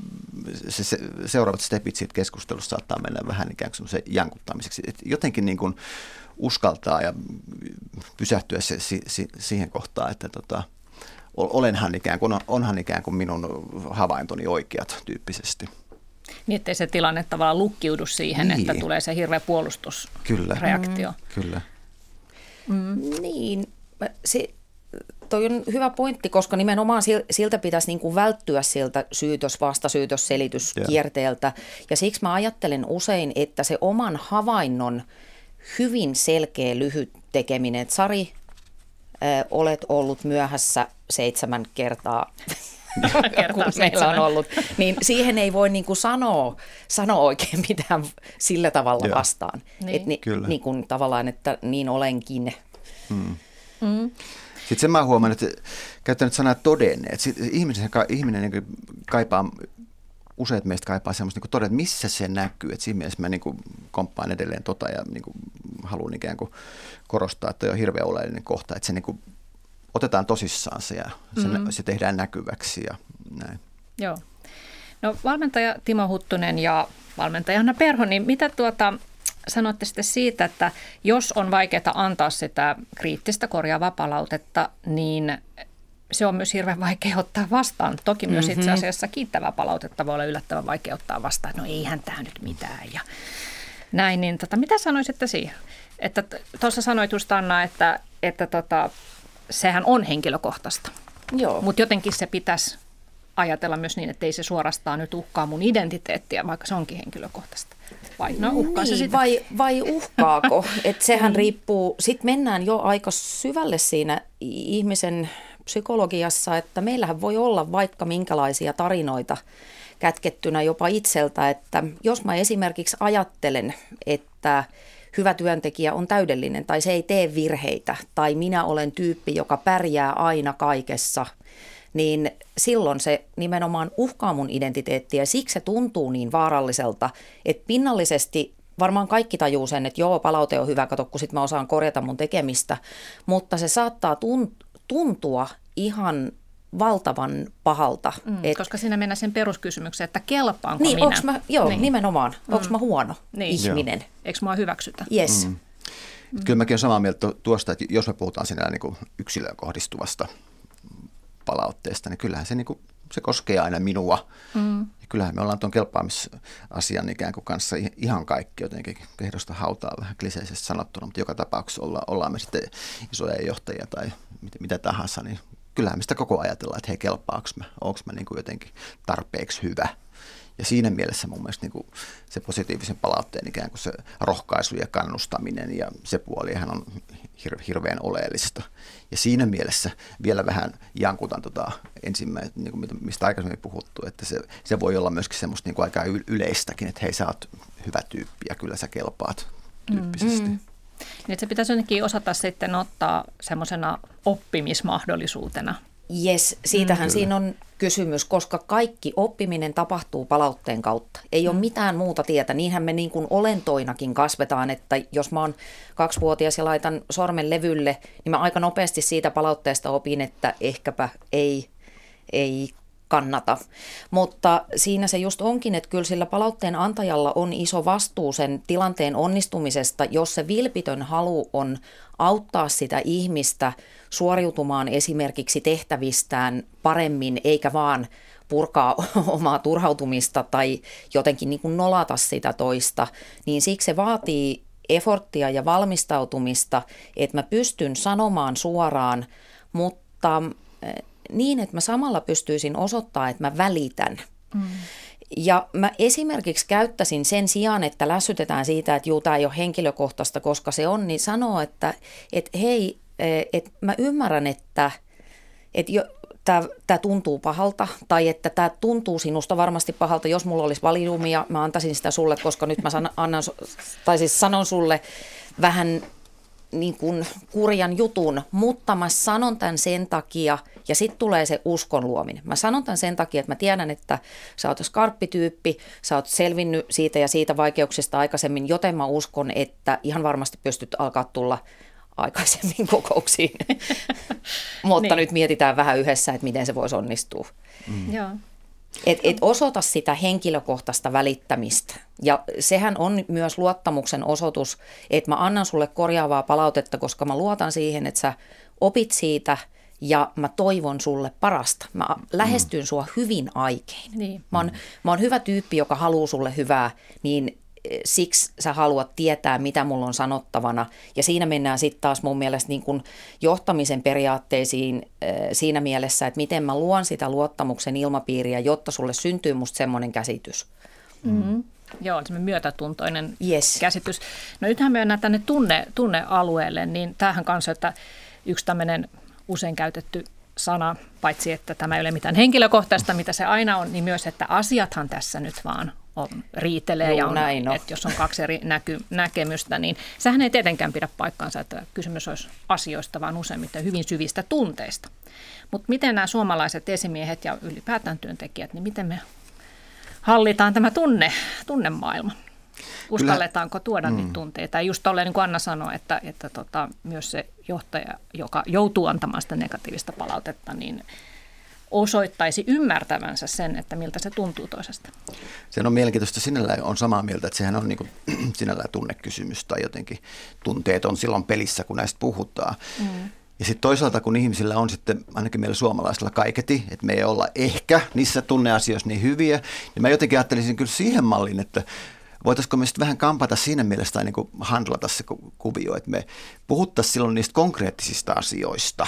se, se, seuraavat stepit siitä keskustelussa saattaa mennä vähän ikään kuin semmoisen jankuttamiseksi. Että jotenkin niin kuin uskaltaa ja pysähtyä se, si, si, siihen kohtaan, että tota, olenhan ikään kuin, onhan ikään kuin minun havaintoni oikeat tyyppisesti. Niin, ettei se tilanne tavallaan lukkiudu siihen, niin. että tulee se hirveä puolustusreaktio. Kyllä. Kyllä. Mm. Niin, se, toi on hyvä pointti, koska nimenomaan siltä pitäisi niin kuin välttyä siltä syytös, vastasyytös, selityskierteeltä. Ja siksi mä ajattelen usein, että se oman havainnon hyvin selkeä lyhyt tekeminen, että Sari, äh, olet ollut myöhässä seitsemän kertaa. kun meillä on ollut, niin siihen ei voi niin kuin sanoa, sanoa oikein mitään sillä tavalla Joo. vastaan. Niin. Et ni, niin kuin tavallaan, että niin olenkin. Hmm. Mm. Sitten sen mä huomaan, että käytän nyt sanaa todenneet. Ihminen, ihminen niin kaipaa, useat meistä kaipaa semmoista niin toden, että missä se näkyy. Et siinä mielessä mä niin kuin komppaan edelleen tota ja niin kuin haluan ikään kuin korostaa, että on hirveän oleellinen kohta, että se niin kuin otetaan tosissaan se ja se, mm-hmm. se tehdään näkyväksi ja näin. Joo. No valmentaja Timo Huttunen ja valmentaja Hanna Perho, niin mitä tuota sanotte sitten siitä, että jos on vaikeaa antaa sitä kriittistä korjaavaa palautetta, niin se on myös hirveän vaikea ottaa vastaan. Toki myös mm-hmm. itse asiassa kiittävää palautetta voi olla yllättävän vaikea ottaa vastaan. No eihän tämä nyt mitään ja näin. Niin tota, mitä sanoisitte siihen? Että tuossa sanoit just Anna, että, että tota, sehän on henkilökohtaista, mutta jotenkin se pitäisi ajatella myös niin, että ei se suorastaan nyt uhkaa mun identiteettiä, vaikka se onkin henkilökohtaista. Vai, no, uhkaa niin, se sitä? Vai, vai uhkaako? Et sehän riippuu, sitten mennään jo aika syvälle siinä ihmisen psykologiassa, että meillähän voi olla vaikka minkälaisia tarinoita kätkettynä jopa itseltä, että jos mä esimerkiksi ajattelen, että hyvä työntekijä on täydellinen tai se ei tee virheitä tai minä olen tyyppi, joka pärjää aina kaikessa, niin silloin se nimenomaan uhkaa mun identiteettiä ja siksi se tuntuu niin vaaralliselta, että pinnallisesti varmaan kaikki tajuu sen, että joo, palaute on hyvä, kato, kun sit mä osaan korjata mun tekemistä, mutta se saattaa tuntua ihan valtavan pahalta. Mm, et, koska siinä mennään sen peruskysymykseen, että kelpaanko niin, minä? Mä, joo, niin. nimenomaan. Mm. Onko mä huono niin. ihminen? Joo. Eikö mua hyväksytä? Yes. Mm. Mm. Kyllä mäkin olen samaa mieltä tuosta, että jos me puhutaan siinä niin kuin yksilöön kohdistuvasta palautteesta, niin kyllähän se, niin kuin, se koskee aina minua. Mm. Ja kyllähän me ollaan tuon kelpaamisasian ikään kuin kanssa ihan kaikki jotenkin kehdosta hautaa vähän kliseisesti sanottuna, mutta joka tapauksessa olla, ollaan me sitten isoja johtajia tai mitä, mitä tahansa, niin kyllähän me sitä koko ajatellaan, että hei, kelpaanko mä, onko mä niin kuin jotenkin tarpeeksi hyvä. Ja siinä mielessä mun mielestä niin kuin se positiivisen palautteen ikään kuin se rohkaisu ja kannustaminen ja se puolihan on hir- hirveän oleellista. Ja siinä mielessä vielä vähän jankutan tota ensimmäistä, niin kuin mistä aikaisemmin puhuttu, että se, se voi olla myöskin semmoista niin kuin aika yleistäkin, että hei, sä oot hyvä tyyppi ja kyllä sä kelpaat tyyppisesti. Mm. Niin, se pitäisi jotenkin osata sitten ottaa semmoisena oppimismahdollisuutena. Jes, siitähän mm, siinä on kysymys, koska kaikki oppiminen tapahtuu palautteen kautta. Ei ole mm. mitään muuta tietä. Niinhän me niin kuin olentoinakin kasvetaan, että jos mä oon kaksivuotias ja laitan sormen levylle, niin mä aika nopeasti siitä palautteesta opin, että ehkäpä ei, ei kannata. Mutta siinä se just onkin, että kyllä sillä palautteen antajalla on iso vastuu sen tilanteen onnistumisesta, jos se vilpitön halu on auttaa sitä ihmistä suoriutumaan esimerkiksi tehtävistään paremmin, eikä vaan purkaa omaa turhautumista tai jotenkin niin kuin nolata sitä toista, niin siksi se vaatii efforttia ja valmistautumista, että mä pystyn sanomaan suoraan, mutta niin, että mä samalla pystyisin osoittamaan, että mä välitän. Mm. Ja mä esimerkiksi käyttäisin sen sijaan, että lässytetään siitä, että juu, tämä ei ole henkilökohtaista, koska se on, niin sanoo, että et, hei, että mä ymmärrän, että et tämä tuntuu pahalta, tai että tämä tuntuu sinusta varmasti pahalta, jos mulla olisi valiumia, mä antaisin sitä sulle, koska nyt mä san, annan, tai siis sanon sulle vähän niin kuin kurjan jutun, mutta mä sanon tämän sen takia, ja sitten tulee se uskon luominen. Mä sanon tämän sen takia, että mä tiedän, että sä oot skarppityyppi, sä oot selvinnyt siitä ja siitä vaikeuksista aikaisemmin, joten mä uskon, että ihan varmasti pystyt alkaa tulla aikaisemmin kokouksiin. Mutta niin. Nyt mietitään vähän yhdessä, että miten se voisi onnistua. Mm. Joo. Et, et osoita sitä henkilökohtaista välittämistä. Ja sehän on myös luottamuksen osoitus, että mä annan sulle korjaavaa palautetta, koska mä luotan siihen, että sä opit siitä ja mä toivon sulle parasta. Mä lähestyn mm. sua hyvin aikein. Niin. Mä, oon, mä oon hyvä tyyppi, joka haluaa sulle hyvää, niin siksi sä haluat tietää, mitä mulla on sanottavana. Ja siinä mennään sitten taas mun mielestä niin kun johtamisen periaatteisiin siinä mielessä, että miten mä luon sitä luottamuksen ilmapiiriä, jotta sulle syntyy musta semmoinen käsitys. Mm-hmm. Joo, semmoinen myötätuntoinen yes. käsitys. No nythän mennään tänne tunne, tunnealueelle, niin tämähän kanssa, että yksi tämmöinen usein käytetty sana, paitsi että tämä ei ole mitään henkilökohtaista, mitä se aina on, niin myös, että asiathan tässä nyt vaan on, riitelee. Juu, ja on, näin on. että jos on kaksi eri näky, näkemystä, niin sehän ei tietenkään pidä paikkaansa, että kysymys olisi asioista, vaan useimmiten hyvin syvistä tunteista. Mutta miten nämä suomalaiset esimiehet ja ylipäätään työntekijät, niin miten me hallitaan tämä tunne, tunnemaailma? Uskalletaanko tuoda mm. niitä tunteita? Ja just tolleen, niin kuin Anna sanoi, että, että tota, myös se johtaja, joka joutuu antamaan sitä negatiivista palautetta, niin osoittaisi ymmärtävänsä sen, että miltä se tuntuu toisesta. Se on mielenkiintoista. Sinällään on samaa mieltä, että sehän on niin kuin sinällään tunnekysymys tai jotenkin tunteet on silloin pelissä, kun näistä puhutaan. Mm. Ja sitten toisaalta, kun ihmisillä on sitten, ainakin meillä suomalaisilla kaiketi, että me ei olla ehkä niissä tunneasioissa niin hyviä, niin mä jotenkin ajattelisin kyllä siihen malliin, että voitaisiko me sitten vähän kampata siinä mielessä tai niin kuin handlata se kuvio, että me puhuttaisiin silloin niistä konkreettisista asioista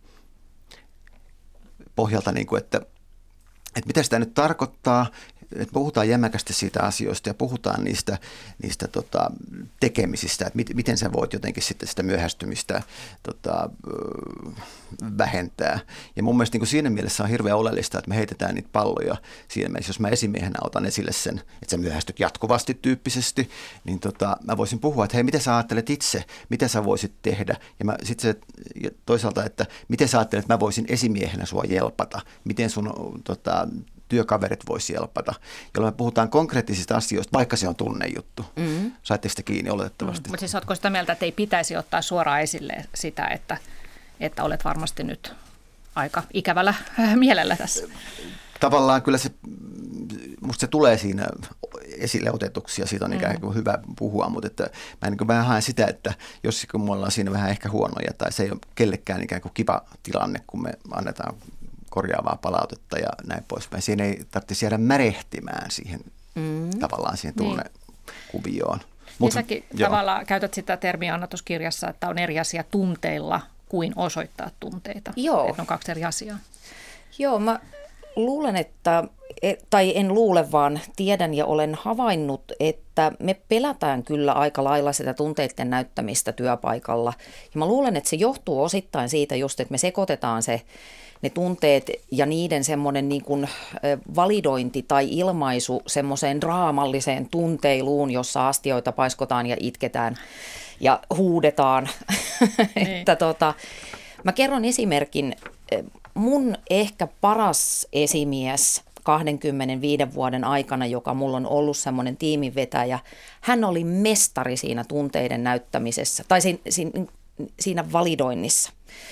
pohjalta, niin kuin, että, että mitä sitä nyt tarkoittaa, että puhutaan jämäkästi siitä asioista ja puhutaan niistä, niistä tota, tekemisistä, että mit, miten sä voit jotenkin sitten sitä myöhästymistä tota, vähentää. Ja mun mielestä niin kuin siinä mielessä on hirveän oleellista, että me heitetään niitä palloja siinä mielessä, jos mä esimiehenä otan esille sen, että sä myöhästyt jatkuvasti tyyppisesti, niin tota, mä voisin puhua, että hei, mitä sä ajattelet itse, mitä sä voisit tehdä, ja, mä, sit se, ja toisaalta, että miten sä ajattelet, että mä voisin esimiehenä sua jelpata, miten sun tota, työkaverit voisi jelpata, jolloin me puhutaan konkreettisista asioista, vaikka se on tunnejuttu. Mm-hmm. Saitteko sitä kiinni oletettavasti? Mm-hmm. Mutta siis oletko sitä mieltä, että ei pitäisi ottaa suoraan esille sitä, että, että olet varmasti nyt aika ikävällä mielellä tässä? Tavallaan kyllä se, musta se tulee siinä esille otetuksi ja siitä on ikään kuin hyvä puhua, mutta että mä niin kuin vähän haen sitä, että jos kun me ollaan siinä vähän ehkä huonoja tai se ei ole kellekään ikään kuin kiva tilanne, kun me annetaan korjaavaa palautetta ja näin poispäin. Siinä ei tarvitse jäädä märehtimään siihen mm. tavallaan siihen tunnekuvioon. Niin säkin tavallaan käytät sitä termiä Anna tuossa kirjassa, että on eri asia tunteilla kuin osoittaa tunteita. Joo. Että on kaksi eri asiaa. Joo, mä luulen, että tai en luule, vaan tiedän ja olen havainnut, että me pelätään kyllä aika lailla sitä tunteiden näyttämistä työpaikalla. Ja mä luulen, että se johtuu osittain siitä just, että me sekoitetaan se, ne tunteet ja niiden semmoinen niin kuin validointi tai ilmaisu semmoiseen draamalliseen tunteiluun, jossa astioita paiskotaan ja itketään ja huudetaan. että tota, mä kerron esimerkin. Mun ehkä paras esimies kaksikymmentäviisi vuoden aikana, joka mulla on ollut semmoinen tiiminvetäjä, hän oli mestari siinä tunteiden näyttämisessä tai siinä, siinä validoinnissa.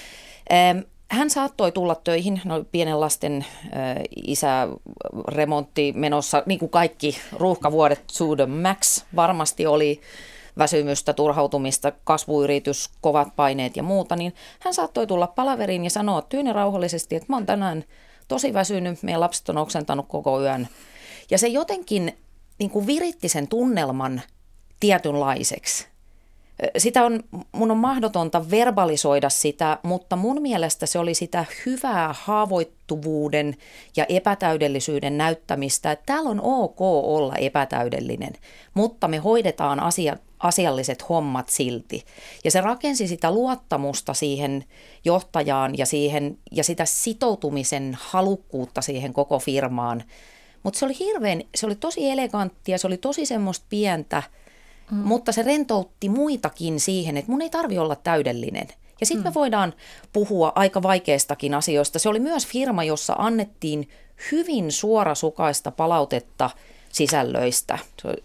Hän saattoi tulla töihin, no pienen lasten isä, remontti menossa, niin kuin kaikki ruuhkavuodet to the max varmasti oli, väsymystä, turhautumista, kasvuyritys, kovat paineet ja muuta, niin hän saattoi tulla palaveriin ja sanoa tyynen rauhallisesti, että mä oon tänään tosi väsynyt, meidän lapset on oksentanut koko yön. Ja se jotenkin niin kuin viritti sen tunnelman tietynlaiseksi. Sitä on, mun on mahdotonta verbalisoida sitä, mutta mun mielestä se oli sitä hyvää haavoittuvuuden ja epätäydellisyyden näyttämistä, että täällä on ok olla epätäydellinen, mutta me hoidetaan asia, asialliset hommat silti. Ja se rakensi sitä luottamusta siihen johtajaan ja, siihen, ja sitä sitoutumisen halukkuutta siihen koko firmaan. Mutta se oli hirveän, se oli tosi eleganttia, se oli tosi semmoista pientä, Mm. mutta se rentoutti muitakin siihen, että mun ei tarvitse olla täydellinen. Ja sitten mm. me voidaan puhua aika vaikeistakin asioista. Se oli myös firma, jossa annettiin hyvin suorasukaista palautetta sisällöistä.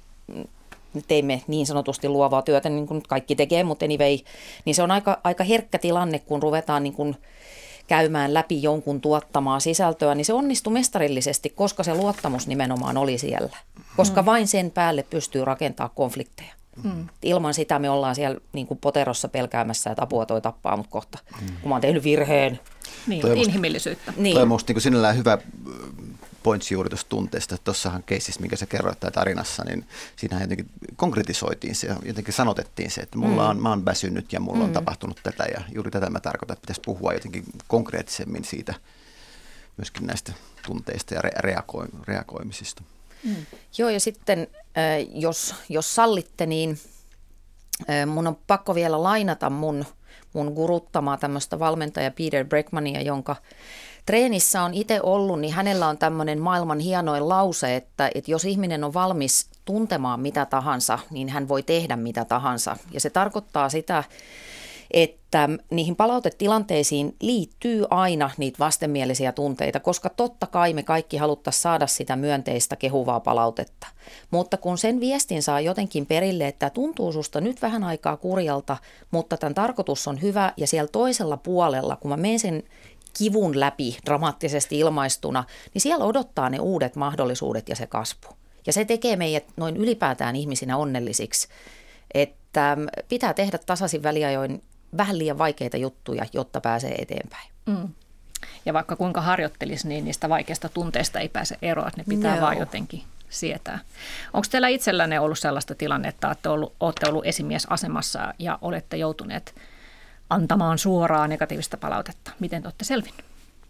Teimme niin sanotusti luovaa työtä, niin kuin kaikki tekee, mutta anyway, niin se on aika, aika herkkä tilanne, kun ruvetaan niin kuin käymään läpi jonkun tuottamaa sisältöä, niin se onnistui mestarillisesti, koska se luottamus nimenomaan oli siellä. Koska mm. vain sen päälle pystyy rakentamaan konflikteja. Mm. Ilman sitä me ollaan siellä niin kuin poterossa pelkäämässä, että apua toi tappaa mut kohta, mm. kun mä oon tehnyt virheen. Niin, toi inhimillisyyttä. Niin. Toi on musta niin sinällään hyvä pointsi juuri tuosta tunteesta. Tuossahan keississä, minkä sä kerroit tai tarinassa, niin siinähän jotenkin konkretisoitiin se, jotenkin sanotettiin se, että mulla on, mm. mä oon väsynyt ja mulla mm. on tapahtunut tätä ja juuri tätä mä tarkoitan, että pitäisi puhua jotenkin konkreettisemmin siitä, myöskin näistä tunteista ja reagoi- reagoimisista. Mm. Joo, ja sitten jos, jos sallitte, niin mun on pakko vielä lainata mun, mun guruttamaa tämmöistä valmentaja Peter Bregmania, jonka treenissä on itse ollut, niin hänellä on tämmöinen maailman hienoin lause, että, että jos ihminen on valmis tuntemaan mitä tahansa, niin hän voi tehdä mitä tahansa. Ja se tarkoittaa sitä, että niihin palautetilanteisiin liittyy aina niitä vastenmielisiä tunteita, koska totta kai me kaikki haluttaisiin saada sitä myönteistä kehuvaa palautetta. Mutta kun sen viestin saa jotenkin perille, että tuntuu susta nyt vähän aikaa kurjalta, mutta tämän tarkoitus on hyvä ja siellä toisella puolella, kun mä menen sen kivun läpi dramaattisesti ilmaistuna, niin siellä odottaa ne uudet mahdollisuudet ja se kasvu. Ja se tekee meidät noin ylipäätään ihmisinä onnellisiksi, että pitää tehdä tasaisin väliajoin vähän liian vaikeita juttuja, jotta pääsee eteenpäin. Mm. Ja vaikka kuinka harjoittelisi, niin niistä vaikeista tunteista ei pääse eroon, että ne pitää Joo. vaan jotenkin sietää. Onko teillä itsellänne ollut sellaista tilannetta, että ollut, olette ollut esimiesasemassa ja olette joutuneet antamaan suoraa negatiivista palautetta? Miten te olette selvinnyt?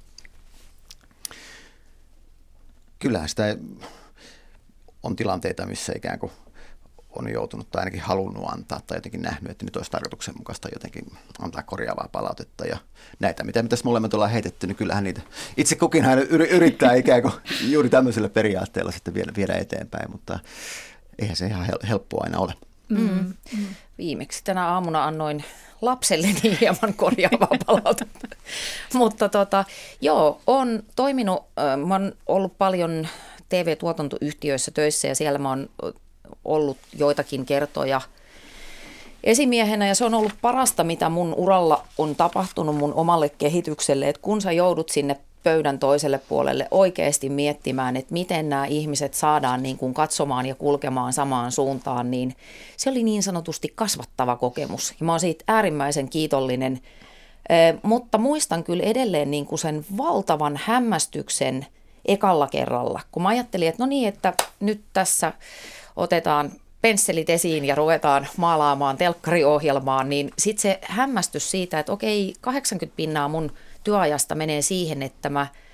Kyllähän sitä on tilanteita, missä ikään kuin on joutunut tai ainakin halunnut antaa tai jotenkin nähnyt, että nyt olisi tarkoituksenmukaista jotenkin antaa korjaavaa palautetta. Ja näitä, mitä me tässä molemmat ollaan heitetty, niin kyllähän niitä itse kukin aina yrittää ikään kuin juuri tämmöisellä periaatteella sitten viedä, viedä eteenpäin, mutta eihän se ihan helppoa aina ole. Mm. Mm. Viimeksi tänä aamuna annoin lapselleni hieman korjaavaa palautetta. Mutta tota, joo, on toiminut, mä oon ollut paljon T V-tuotantoyhtiöissä töissä ja siellä mä oon ollut joitakin kertoja esimiehenä ja se on ollut parasta, mitä mun uralla on tapahtunut mun omalle kehitykselle, että kun sä joudut sinne pöydän toiselle puolelle oikeasti miettimään, että miten nämä ihmiset saadaan niin kuin katsomaan ja kulkemaan samaan suuntaan, niin se oli niin sanotusti kasvattava kokemus. Ja mä oon siitä äärimmäisen kiitollinen, mutta muistan kyllä edelleen niin kuin sen valtavan hämmästyksen ekalla kerralla, kun mä ajattelin, että no niin, että nyt tässä otetaan pensselit esiin ja ruvetaan maalaamaan telkkariohjelmaan, niin sitten se hämmästys siitä, että okei, kahdeksankymmentä pinnaa mun työajasta menee siihen, että mä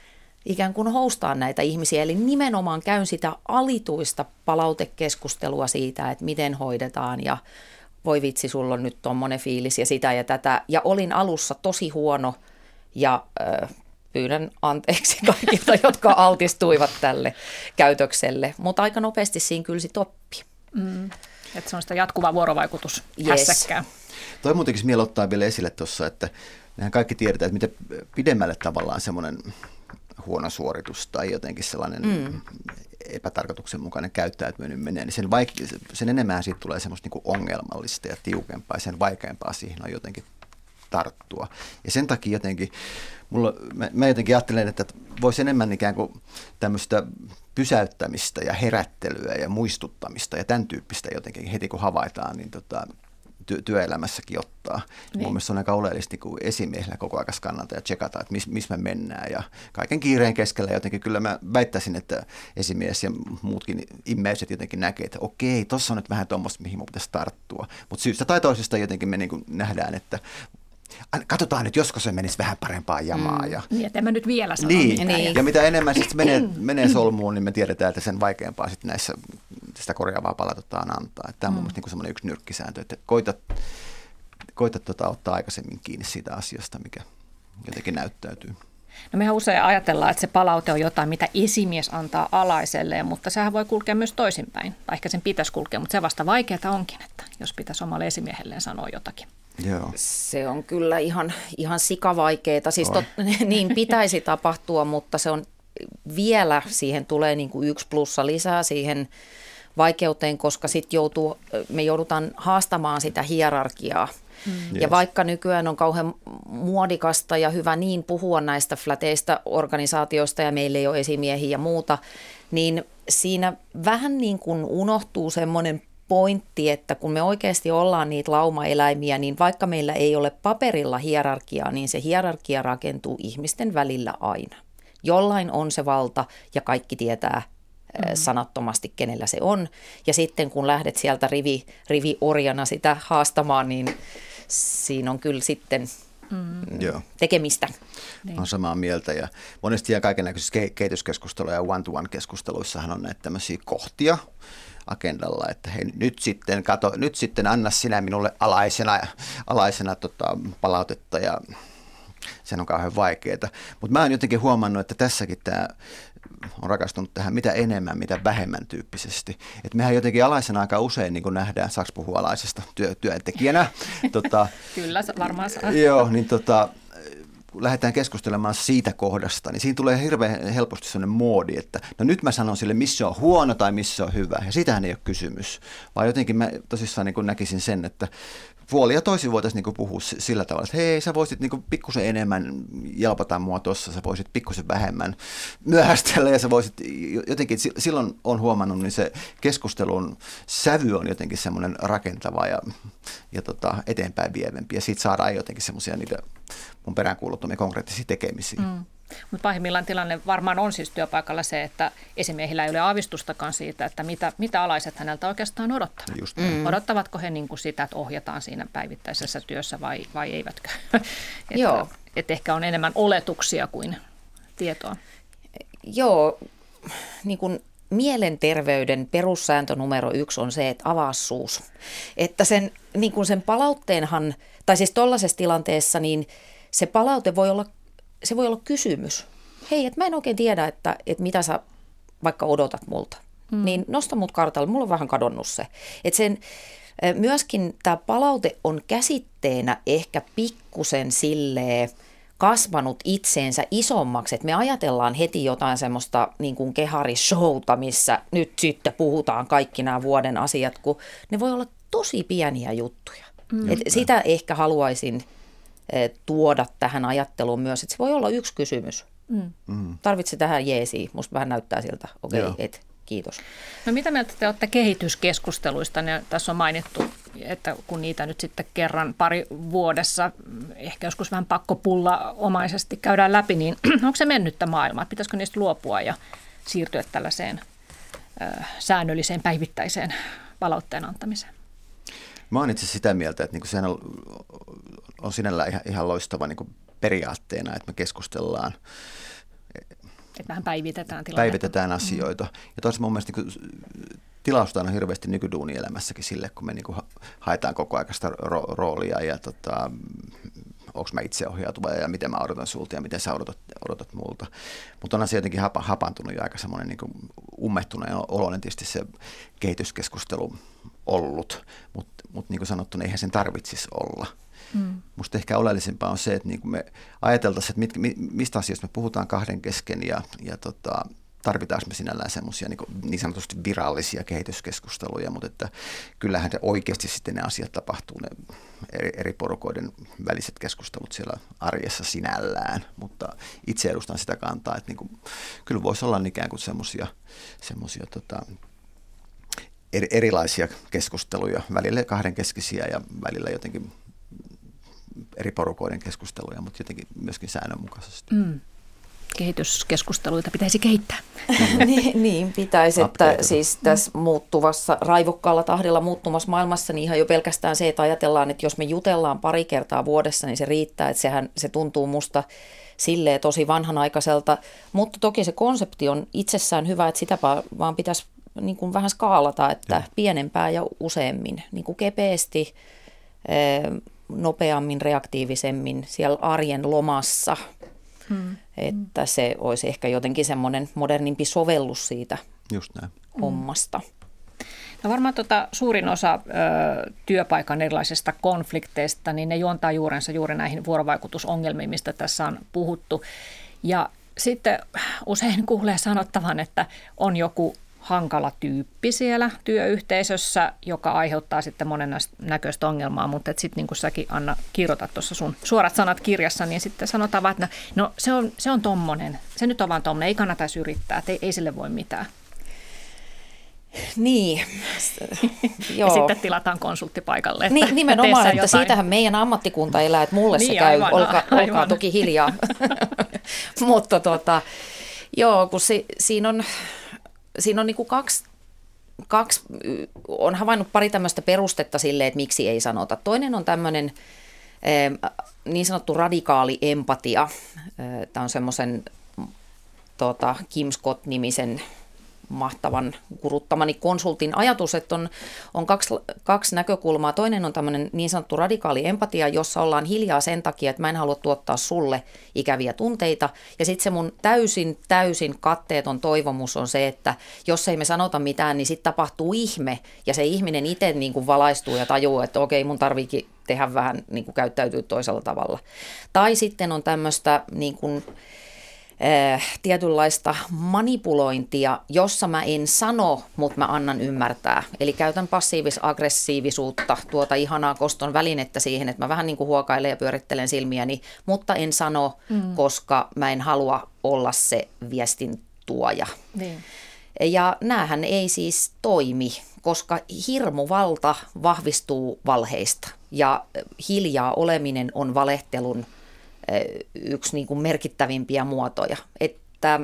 ikään kuin hostaa näitä ihmisiä. Eli nimenomaan käyn sitä alituista palautekeskustelua siitä, että miten hoidetaan ja voi vitsi, sulla on nyt tommonen fiilis ja sitä ja tätä. Ja olin alussa tosi huono ja äh, pyydän anteeksi kaikilta, jotka altistuivat tälle käytökselle. Mutta aika nopeasti siinä kyllä sit oppi. Mm. Että se on sitä jatkuvaa vuorovaikutus Yes. hässäkkää. Toi muutenkin mieli ottaa vielä esille tuossa, että mehän kaikki tiedetään, että mitä pidemmälle tavallaan semmoinen huono suoritus tai jotenkin sellainen mm. epätarkoituksenmukainen käyttäytyminen menee, niin sen, vaike- sen enemmän siitä tulee semmoista niinku ongelmallista ja tiukempaa ja sen vaikeampaa siihen on jotenkin tarttua. Ja sen takia jotenkin, mulla, mä, mä jotenkin ajattelen, että voisi enemmän ikään kuin tämmöistä pysäyttämistä ja herättelyä ja muistuttamista ja tämän tyyppistä jotenkin heti kun havaitaan, niin tota, ty- työelämässäkin ottaa. Niin. Mun mielestä se on aika oleellisesti niin esimiehellä koko ajan kannalta ja tsekata, että missä mis me mennään. Ja kaiken kiireen keskellä jotenkin kyllä mä väittäisin, että esimies ja muutkin immeiset jotenkin näkee, että okei, tuossa on nyt vähän tuommoista, mihin mun pitäisi tarttua. Mutta syystä tai toisesta jotenkin me niin kuin nähdään, että katsotaan nyt, josko se menisi vähän parempaan jamaa. Mm. Ja niin, että en mä nyt vielä sano niin. mitään. Ja mitä enemmän sitten menee, menee solmuun, niin me tiedetään, että sen vaikeampaa sitten näissä sitä korjaavaa palautetaan antaa. Tämä on mun mielestä niin semmoinen yksi nyrkkisääntö, että koita, koita tota, ottaa aikaisemmin kiinni siitä asiasta, mikä jotenkin näyttäytyy. No mehän usein ajatellaan, että se palaute on jotain, mitä esimies antaa alaiselleen, mutta sehän voi kulkea myös toisinpäin. Tai ehkä sen pitäisi kulkea, mutta se vasta vaikeaa onkin, että jos pitäisi omalle esimiehelleen sanoa jotakin. Joo. Se on kyllä ihan, ihan sikavaikeeta. Siis tot, niin pitäisi tapahtua, mutta se on vielä, siihen tulee niin kuin yksi plussa lisää siihen vaikeuteen, koska sit joutuu, me joudutaan haastamaan sitä hierarkiaa. Mm. Ja yes. vaikka nykyään on kauhean muodikasta ja hyvä niin puhua näistä fläteistä organisaatioista ja meillä ei ole esimiehiä ja muuta, niin siinä vähän niin kuin unohtuu semmoinen pointti, että kun me oikeasti ollaan niitä laumaeläimiä, niin vaikka meillä ei ole paperilla hierarkiaa, niin se hierarkia rakentuu ihmisten välillä aina. Jollain on se valta ja kaikki tietää mm. sanattomasti, kenellä se on. Ja sitten kun lähdet sieltä rivi, rivi orjana sitä haastamaan, niin siinä on kyllä sitten mm. tekemistä. Niin. On samaa mieltä ja monesti ja kaikennäköisissä kehityskeskusteluissa ja one-to-one-keskusteluissahan on näitä tämmöisiä kohtia agendalla, että hei, nyt sitten, kato, nyt sitten anna sinä minulle alaisena, alaisena tota, palautetta ja sen on kauhean vaikeaa. Mutta mä oon jotenkin huomannut, että tässäkin tämä on rakastunut tähän mitä enemmän, mitä vähemmän tyyppisesti. Et mehän jotenkin alaisena aika usein niin kun nähdään, saaks puhua alaisesta työ, työntekijänä. tota, Kyllä, varmaan saa. Joo, niin tota, kun lähdetään keskustelemaan siitä kohdasta, niin siinä tulee hirveän helposti sellainen moodi, että no nyt mä sanon sille, missä on huono tai missä on hyvä. Ja sitähän ei ole kysymys, vaan jotenkin mä tosissaan niin kuin näkisin sen, että puoli ja toisin voitaisiin niin puhua sillä tavalla, että hei, sä voisit niin pikkusen enemmän jalpata mua tuossa, sä voisit pikkusen vähemmän myöhästellä ja sä voisit jotenkin, silloin on huomannut, niin se keskustelun sävy on jotenkin semmoinen rakentava ja, ja tota, eteenpäin vievempi ja siitä saadaan jotenkin semmoisia niitä mun peräänkuuluttomia konkreettisia tekemisiä. Mm. Mutta pahimmillaan tilanne varmaan on siis työpaikalla se, että esimiehillä ei ole aavistustakaan siitä, että mitä, mitä alaiset häneltä oikeastaan odottavat. Mm. Odottavatko he niin kuin sitä, että ohjataan siinä päivittäisessä työssä vai, vai eivätkö? Joo. Että ehkä on enemmän oletuksia kuin tietoa. Joo, niin kuin mielenterveyden perussääntö numero yksi on se, että avaa suus. Että sen, niin kuin sen palautteenhan, tai siis tollaisessa tilanteessa, niin se palaute voi olla Se voi olla kysymys. Hei, että mä en oikein tiedä, että, että mitä sä vaikka odotat multa. Mm. Niin nosta mut kartalle, mulla on vähän kadonnut se. Että sen, myöskin tämä palaute on käsitteenä ehkä pikkusen silleen kasvanut itseensä isommaksi. Että me ajatellaan heti jotain semmoista niin kuin keharishowta, missä nyt sitten puhutaan kaikki nämä vuoden asiat, kun ne voi olla tosi pieniä juttuja. Mm. Et sitä ehkä haluaisin tuoda tähän ajatteluun myös, että se voi olla yksi kysymys. Mm. Mm. Tarvitse tähän jeesiä, musta vähän näyttää siltä, okei, okay, et, kiitos. No mitä mieltä te olette kehityskeskusteluista? Ne, tässä on mainittu, että kun niitä nyt sitten kerran pari vuodessa, ehkä joskus vähän pakkopulla omaisesti käydään läpi, niin onko se mennyttä maailmaa? Pitäisikö niistä luopua ja siirtyä tällaiseen ö, säännölliseen päivittäiseen palautteen antamiseen? Mä oon itse sitä mieltä, että niinku sehän on, on sinällään ihan, ihan loistava niinku periaatteena, että me keskustellaan Että vähän päivitetään tilannetta. Päivitetään asioita. Mm. Ja toisaalta mun mielestä niin tilausta on hirveästi nykyduunielämässäkin sille, kun me niin kuin haetaan koko aikaista ro- roolia ja tota, onko mä itse ohjautuva ja miten mä odotan sulta ja miten sä odotat, odotat multa. Mutta on asia jotenkin hapa, hapantunut ja aika semmoinen niin kuin ummehtuneen oloinen tietysti se kehityskeskustelu ollut, mutta mut niin kuin sanottu, niin eihän sen tarvitsisi olla. Mm. Musta ehkä oleellisempaa on se, että niin kuin me ajateltaisiin, että mit, mistä asioista me puhutaan kahden kesken ja, ja tota, tarvitaanko me sinällään semmoisia niin, niin sanotusti virallisia kehityskeskusteluja, mutta että kyllähän se oikeasti sitten ne asiat tapahtuu, ne eri, eri porukoiden väliset keskustelut siellä arjessa sinällään, mutta itse edustan sitä kantaa, että niin kuin, kyllä voisi olla ikään kuin semmoisia, semmoisia tota, eri, erilaisia keskusteluja, välillä kahdenkeskisiä ja välillä jotenkin eri porukoiden keskusteluja, mutta jotenkin myöskin säännönmukaisesti. Mm. Kehityskeskusteluita pitäisi kehittää. niin, niin pitäisi, että siis tässä muuttuvassa, raivokkaalla tahdilla muuttuvassa maailmassa, niin ihan jo pelkästään se, että ajatellaan, että jos me jutellaan pari kertaa vuodessa, niin se riittää, että sehän, se tuntuu musta silleen tosi vanhanaikaiselta, mutta toki se konsepti on itsessään hyvä, että sitä vaan pitäisi niin kuin vähän skaalata, että ja. pienempää ja useammin, niin kuin kepeästi, nopeammin, reaktiivisemmin siellä arjen lomassa. Hmm. Että se olisi ehkä jotenkin semmoinen modernimpi sovellus siitä Just näin. hommasta. No varmaan tota, suurin osa ö, työpaikan erilaisista konflikteista, niin ne juontaa juurensa juuri näihin vuorovaikutusongelmiin, mistä tässä on puhuttu. Ja sitten usein kuulee sanottavan, että on joku hankala tyyppi siellä työyhteisössä, joka aiheuttaa sitten monen näköistä ongelmaa, mutta sitten niin kuin säkin Anna kirjoitat tuossa sun suorat sanat kirjassa, niin sitten sanotaan vaan, että no, no se on, se on tommonen, se nyt on vaan tommonen, ei kannata edes yrittää, ei, ei sille voi mitään. Niin. Ja sitten tilataan konsultti paikalle. Niin, nimenomaan, että siitähän meidän ammattikunta elää, että mulle niin, se käy, aivan, olkaa, olkaa toki hiljaa. Mutta tota, joo, kun si, siinä on... Siinä on niin kuin kaksi, kaksi, on havainnut pari tämmöistä perustetta sille, että miksi ei sanota. Toinen on tämmöinen niin sanottu radikaali empatia. Tämä on semmoisen tota, Kim Scott-nimisen mahtavan kuruttamani konsultin ajatus, että on, on kaksi, kaksi näkökulmaa. Toinen on tämmöinen niin sanottu radikaali empatia, jossa ollaan hiljaa sen takia, että mä en halua tuottaa sulle ikäviä tunteita. Ja sitten se mun täysin, täysin katteeton toivomus on se, että jos ei me sanota mitään, niin sitten tapahtuu ihme. Ja se ihminen itse niin kuin valaistuu ja tajuu, että okei, mun tarviikin tehdä vähän, niin kuin käyttäytyy toisella tavalla. Tai sitten on tämmöistä niin kuin tietynlaista manipulointia, jossa mä en sano, mutta mä annan ymmärtää. Eli käytän passiivis-aggressiivisuutta, tuota ihanaa koston välinettä siihen, että mä vähän niin kuin huokailen ja pyörittelen silmiäni, mutta en sano, mm. koska mä en halua olla se viestin tuoja. Niin. Ja näähän ei siis toimi, koska hirmuvalta vahvistuu valheista ja hiljaa oleminen on valehtelun yksi niin kuin merkittävimpiä muotoja, että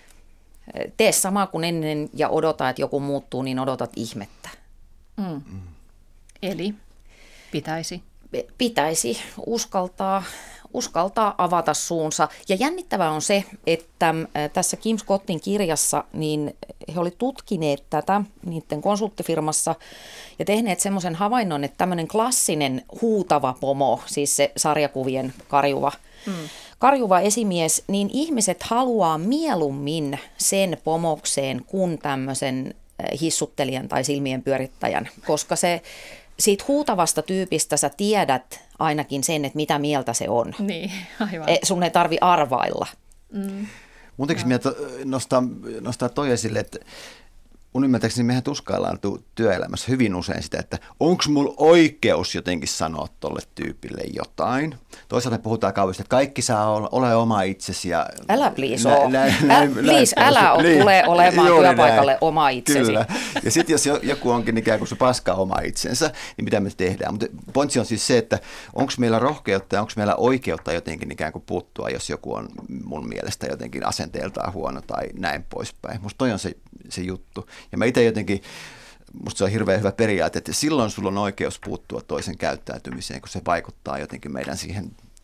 tee samaa kuin ennen ja odota, että joku muuttuu, niin odotat ihmettä. Mm. Mm. Eli pitäisi? Pitäisi uskaltaa, uskaltaa avata suunsa. Ja jännittävää on se, että tässä Kim Scottin kirjassa niin he olivat tutkineet tätä niiden konsulttifirmassa ja tehneet semmoisen havainnon, että tämmöinen klassinen huutava pomo, siis se sarjakuvien karjuva, mm. karjuva esimies, niin ihmiset haluaa mieluummin sen pomokseen kuin tämmöisen hissuttelijan tai silmien pyörittäjän, koska se siitä huutavasta tyypistä sä tiedät ainakin sen, että mitä mieltä se on. Niin, aivan. Sun ei tarvi arvailla. Mm. Mun tekisi mieltä nostaa, nostaa toi esille, että mun ymmärtääkseni mehän tuskaillaan työelämässä hyvin usein sitä, että onko mulla oikeus jotenkin sanoa tolle tyypille jotain. Toisaalta me puhutaan kauheasti, että kaikki saa olla, ole oma itsesi. Ja älä please nä, nä, nä, nä, please, nä, älä ole, tule olemaan työpaikalle näin. Oma itsesi. Kyllä. Ja sitten jos joku onkin ikään kuin se paskaa oma itsensä, niin mitä me tehdään? Mutta pointsi on siis se, että onko meillä rohkeutta ja onko meillä oikeutta jotenkin ikään kuin puuttua, jos joku on mun mielestä jotenkin asenteeltaan huono tai näin poispäin. Musta toi on se, se juttu. Ja mä itse jotenkin, musta se on hirveän hyvä periaate, että silloin sulla on oikeus puuttua toisen käyttäytymiseen, kun se vaikuttaa jotenkin meidän siihen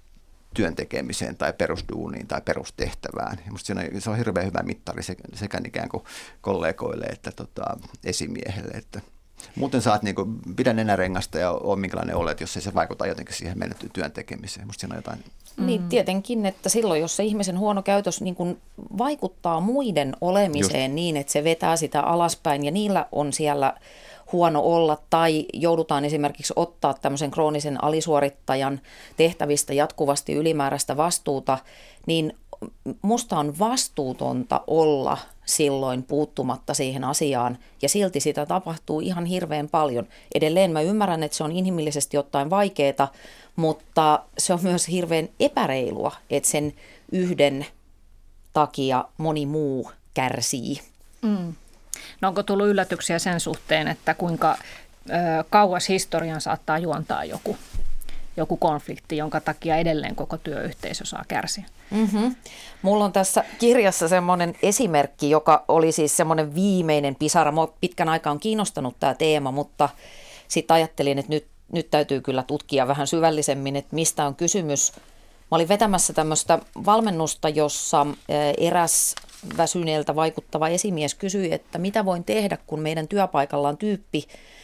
työn tekemiseen tai perusduuniin tai perustehtävään. Ja musta siinä on, se on hirveän hyvä mittari sekä ikään kuin kollegoille että tota, esimiehelle, että muuten saat niin kuin, pidä nenärengasta ja ole minkälainen olet, jos ei se vaikuta jotenkin siihen meidän työn tekemiseen. Musta siinä on jotain. Niin tietenkin, että silloin jos se ihmisen huono käytös niin kuin vaikuttaa muiden olemiseen Just. niin, että se vetää sitä alaspäin ja niillä on siellä huono olla tai joudutaan esimerkiksi ottaa tämmöisen kroonisen alisuorittajan tehtävistä jatkuvasti ylimääräistä vastuuta, niin musta on vastuutonta olla silloin puuttumatta siihen asiaan ja silti sitä tapahtuu ihan hirveän paljon. Edelleen mä ymmärrän, että se on inhimillisesti ottaen vaikeaa, mutta se on myös hirveän epäreilua, että sen yhden takia moni muu kärsii. Mm. No onko tullut yllätyksiä sen suhteen, että kuinka ö, kauas historian saattaa juontaa joku, joku konflikti, jonka takia edelleen koko työyhteisö saa kärsiä? Mm-hmm. Mulla on tässä kirjassa semmoinen esimerkki, joka oli siis semmoinen viimeinen pisara. Mua pitkän aikaa on kiinnostanut tämä teema, mutta sitten ajattelin, että nyt, nyt täytyy kyllä tutkia vähän syvällisemmin, että mistä on kysymys. Mä olin vetämässä tämmöistä valmennusta, jossa eräs väsyneeltä vaikuttava esimies kysyi, että mitä voin tehdä, kun meidän työpaikalla on tyyppi,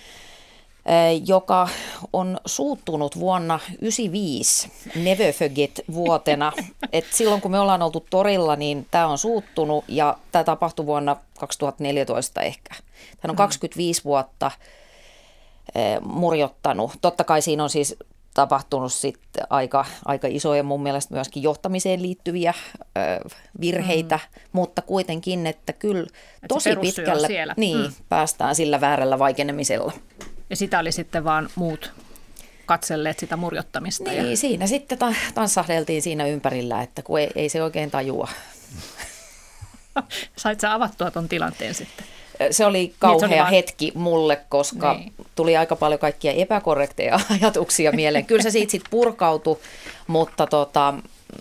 joka on suuttunut vuonna yhdeksänkymmentäviisi Never Forget vuotena. Et silloin kun me ollaan oltu torilla, niin tämä on suuttunut ja tämä tapahtui vuonna kaksituhattaneljätoista ehkä. Hän on kaksikymmentäviisi vuotta murjottanut. Totta kai siinä on siis tapahtunut sitten aika, aika isoja mun mielestä myöskin johtamiseen liittyviä ö, virheitä, mm. mutta kuitenkin, että kyllä Et tosi pitkällä niin, mm. päästään sillä väärällä vaikenemisella. Ja sitä oli sitten vaan muut katselleet sitä murjottamista. Niin, ja siinä sitten tanssahdeltiin siinä ympärillä, että kun ei, ei se oikein tajua. Sait sä avattua ton tilanteen sitten? Se oli kauhea niin, se oli vaan hetki mulle, koska niin. tuli aika paljon kaikkia epäkorrekteja ajatuksia mieleen. Kyllä se siitä sitten purkautui, mutta tota,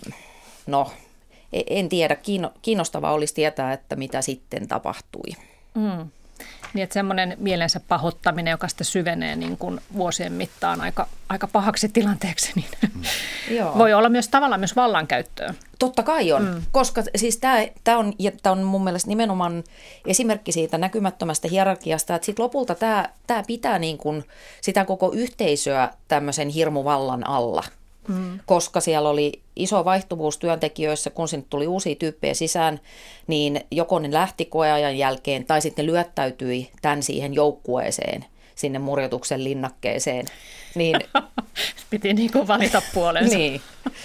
no, en tiedä. Kiinnostavaa olisi tietää, että mitä sitten tapahtui. Mm. Niin, että semmoinen mielensä pahoittaminen, joka sitten syvenee niin kuin vuosien mittaan aika, aika pahaksi tilanteeksi, niin mm. voi olla myös tavallaan myös vallankäyttöä. Totta kai on, mm. koska siis tämä on, on mun mielestä nimenomaan esimerkki siitä näkymättömästä hierarkiasta, että sitten lopulta tämä, tämä pitää niin kuin sitä koko yhteisöä tämmöisen hirmuvallan alla. Mm. Koska siellä oli iso vaihtuvuus työntekijöissä, kun sinne tuli uusia tyyppejä sisään, niin joko ne lähti koeajan jälkeen tai sitten ne lyöttäytyi tämän siihen joukkueeseen, sinne murjotuksen linnakkeeseen. Niin, piti niin kuin valita puolensa. niin.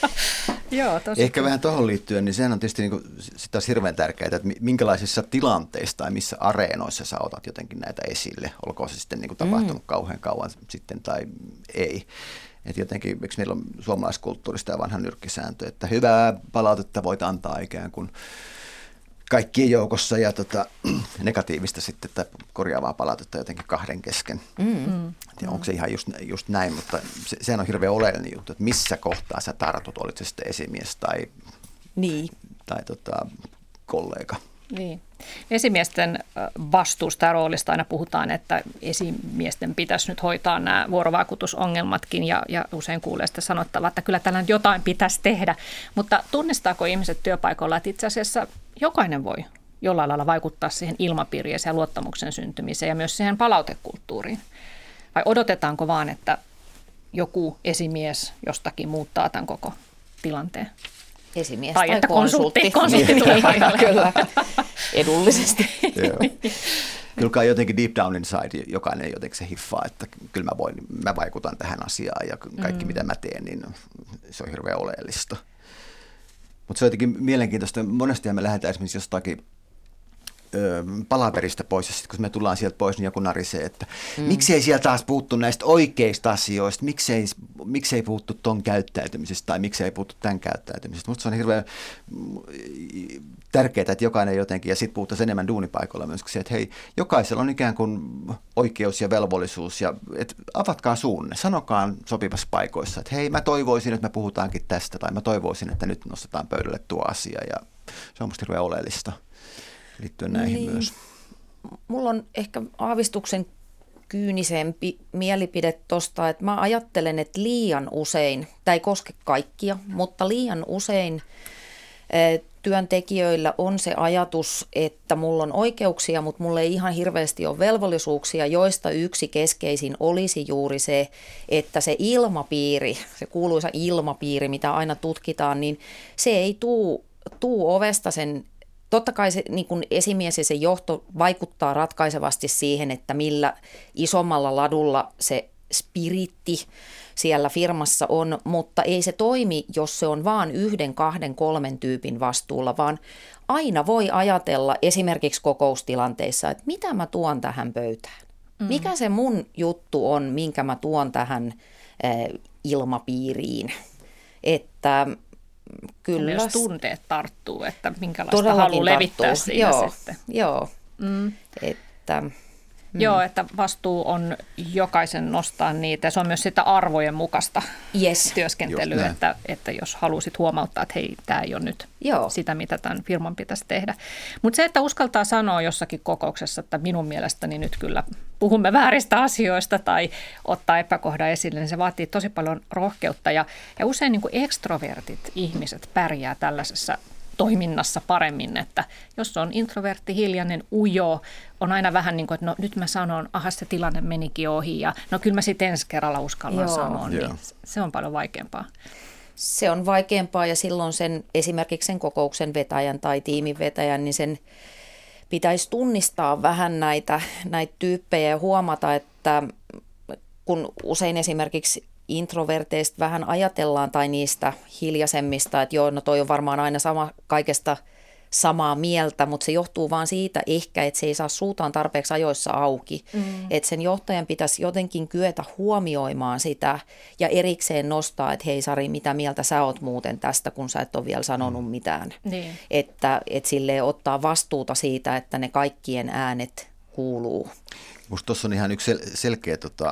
Joo, tosi Ehkä vähän tuohon liittyen, niin sehän on tietysti niin kuin, sitä on hirveän tärkeää, että minkälaisissa tilanteissa tai missä areenoissa sä otat jotenkin näitä esille, olkoon se sitten niin kuin tapahtunut mm. kauhean kauan sitten tai ei. Että jotenkin, eikö meillä on suomalaiskulttuurista ja vanha nyrkkisääntö, että hyvää palautetta voit antaa ikään kuin kaikkien joukossa ja tota, negatiivista sitten tai korjaavaa palautetta jotenkin kahden kesken. Mm. Ja onko se ihan just, just näin, mutta se, sehän on hirveän oleellinen juttu, että missä kohtaa sä tartut, olit se sitten esimies tai, niin. tai tota, kollega. Niin. Esimiesten vastuusta ja roolista aina puhutaan, että esimiesten pitäisi nyt hoitaa nämä vuorovaikutusongelmatkin ja, ja usein kuulee sitten sanottavaa, että kyllä tällä jotain pitäisi tehdä. Mutta tunnistaako ihmiset työpaikoilla, että itse asiassa jokainen voi jollain lailla vaikuttaa siihen ilmapiiriin ja luottamuksen syntymiseen ja myös siihen palautekulttuuriin? Vai odotetaanko vaan, että joku esimies jostakin muuttaa tämän koko tilanteen? Esimies tai, tai että konsultti. konsultti, konsultti tulee paikalle. Kyllä, edullisesti. Kyllä kai jotenkin deep down inside jokainen jotenkin se hiffaa, että kyllä mä, voin, mä vaikutan tähän asiaan ja kaikki mm. mitä mä teen, niin se on hirveän oleellista. Mutta se on jotenkin mielenkiintoista. Monesti me lähdetään esimerkiksi jostakin ö, palaverista pois ja sitten kun me tullaan sieltä pois, niin joku narisee, että mm. miksei sieltä taas puhuttu näistä oikeista asioista, miksei, miksei puhuttu ton käyttäytymisestä tai miksei puhuttu tämän käyttäytymisestä. Musta se on hirveän tärkeää, että jokainen jotenkin, ja sitten puhuttaisiin enemmän duunipaikoilla myös, se, että hei, jokaisella on ikään kuin oikeus ja velvollisuus, ja että avatkaa suunne, sanokaa sopivassa paikoissa, että hei, mä toivoisin, että me puhutaankin tästä, tai mä toivoisin, että nyt nostetaan pöydälle tuo asia, ja se on musta hirveän oleellista liittyen näihin niin. myös. Mulla on ehkä aavistuksen kyynisempi mielipide tuosta, että mä ajattelen, että liian usein, tämä ei koske kaikkia, mutta liian usein työntekijöillä on se ajatus, että mulla on oikeuksia, mutta mulla ei ihan hirveästi ole velvollisuuksia, joista yksi keskeisin olisi juuri se, että se ilmapiiri, se kuuluisa ilmapiiri, mitä aina tutkitaan, niin se ei tuu, tuu ovesta sen. Totta kai se niin kun esimies ja se johto vaikuttaa ratkaisevasti siihen, että millä isommalla ladulla se spiritti siellä firmassa on, mutta ei se toimi, jos se on vaan yhden, kahden, kolmen tyypin vastuulla, vaan aina voi ajatella esimerkiksi kokoustilanteissa, että mitä mä tuon tähän pöytään. Mm. Mikä se mun juttu on, minkä mä tuon tähän äh, ilmapiiriin. Että kyllä. Jos tunteet tarttuu, että minkälaista haluaa levittää siinä joo, sitten. Joo, mm. että... Mm. Joo, että vastuu on jokaisen nostaa niitä. Se on myös sitä arvojen mukaista yes. työskentelyä, että, että jos halusit huomauttaa, että hei, tämä ei ole nyt Joo. sitä, mitä tämän firman pitäisi tehdä. Mutta se, että uskaltaa sanoa jossakin kokouksessa, että minun mielestäni nyt kyllä puhumme vääristä asioista tai ottaa epäkohdan esille, niin se vaatii tosi paljon rohkeutta. Ja, ja usein niin kuin ekstrovertit ihmiset pärjää tällaisessa toiminnassa paremmin, että jos on introvertti, hiljainen, ujo, on aina vähän niin kuin, että no nyt mä sanon, aha se tilanne menikin ohi ja no kyllä mä sitten ensi kerralla uskallan Joo. sanoa, niin se on paljon vaikeampaa. Se on vaikeampaa ja silloin sen esimerkiksi sen kokouksen vetäjän tai tiimin vetäjän, niin sen pitäisi tunnistaa vähän näitä, näitä tyyppejä ja huomata, että kun usein esimerkiksi introverteista vähän ajatellaan tai niistä hiljaisemmista, että joo, no toi on varmaan aina sama, kaikesta samaa mieltä, mutta se johtuu vaan siitä ehkä, että se ei saa suutaan tarpeeksi ajoissa auki. Mm. Että sen johtajan pitäisi jotenkin kyetä huomioimaan sitä ja erikseen nostaa, että hei Sari, mitä mieltä sä oot muuten tästä, kun sä et ole vielä sanonut mm. mitään. Niin. Että et silleen ottaa vastuuta siitä, että ne kaikkien äänet kuuluu. Musta tuossa on ihan yksi sel- selkeä tota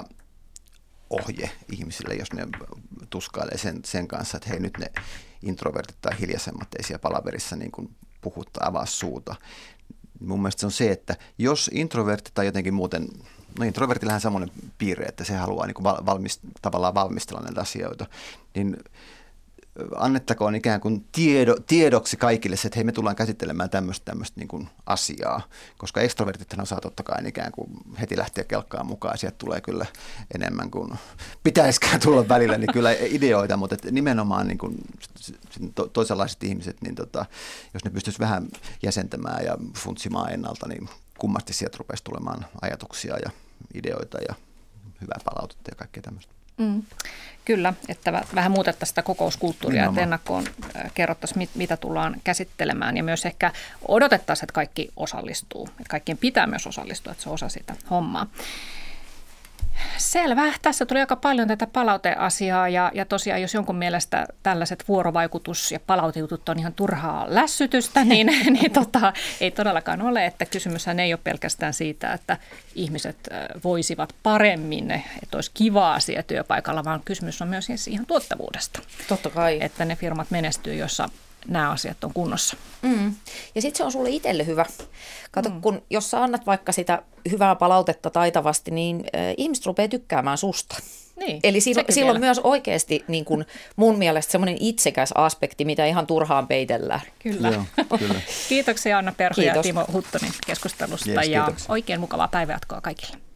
ohje ihmisille, jos ne tuskailee sen, sen kanssa, että hei nyt ne introvertit tai hiljaisemmat ei siellä palaverissa niin kuin puhu tai avaa suuta. Mun mielestä se on se, että jos introvertti tai jotenkin muuten, no introvertillähän on semmoinen piirre, että se haluaa niin kuin valmist, tavallaan valmistella näitä asioita, niin annettakoon ikään kuin tiedo, tiedoksi kaikille se, että hei me tullaan käsittelemään tämmöistä, tämmöistä niin kuin asiaa, koska ekstrovertithan osaa totta kai ikään kuin heti lähteä kelkkaan mukaan ja sieltä tulee kyllä enemmän kuin pitäisikään tulla välillä, niin kyllä ideoita, mutta että nimenomaan niin kuin to, toisenlaiset ihmiset, niin tota, jos ne pystyisi vähän jäsentämään ja funtsimaan ennalta, niin kummasti sieltä rupesi tulemaan ajatuksia ja ideoita ja hyvää palautetta ja kaikkea tämmöistä. Mm. Kyllä, että vähän muutettaisiin sitä kokouskulttuuria, Nimenomaan. Että ennakkoon kerrottaisiin, mit, mitä tullaan käsittelemään ja myös ehkä odotettaisiin, että kaikki osallistuu. Että kaikkien pitää myös osallistua, että se on osa sitä hommaa. Selvä. Tässä tuli aika paljon tätä palauteasiaa ja, ja tosiaan jos jonkun mielestä tällaiset vuorovaikutus- ja palautejutut on ihan turhaa lässytystä, niin, niin tota, ei todellakaan ole, että kysymyshän ei ole pelkästään siitä, että ihmiset voisivat paremmin, että olisi kiva asia työpaikalla, vaan kysymys on myös ihan tuottavuudesta. Totta kai. Että ne firmat menestyy, jossa nämä asiat on kunnossa. Mm. Ja sitten se on sulle itselle hyvä. Kato, mm. kun jos sä annat vaikka sitä hyvää palautetta taitavasti, niin äh, ihmiset rupeaa tykkäämään susta. Niin, Eli silloin, silloin myös oikeasti niin kun mun mielestä semmoinen itsekäs aspekti, mitä ihan turhaan peitellään. Kyllä. Joo, kyllä. Kiitoksia Anna Perho ja Timo Huttunen keskustelusta yes, ja oikein mukavaa päivänjatkoa kaikille.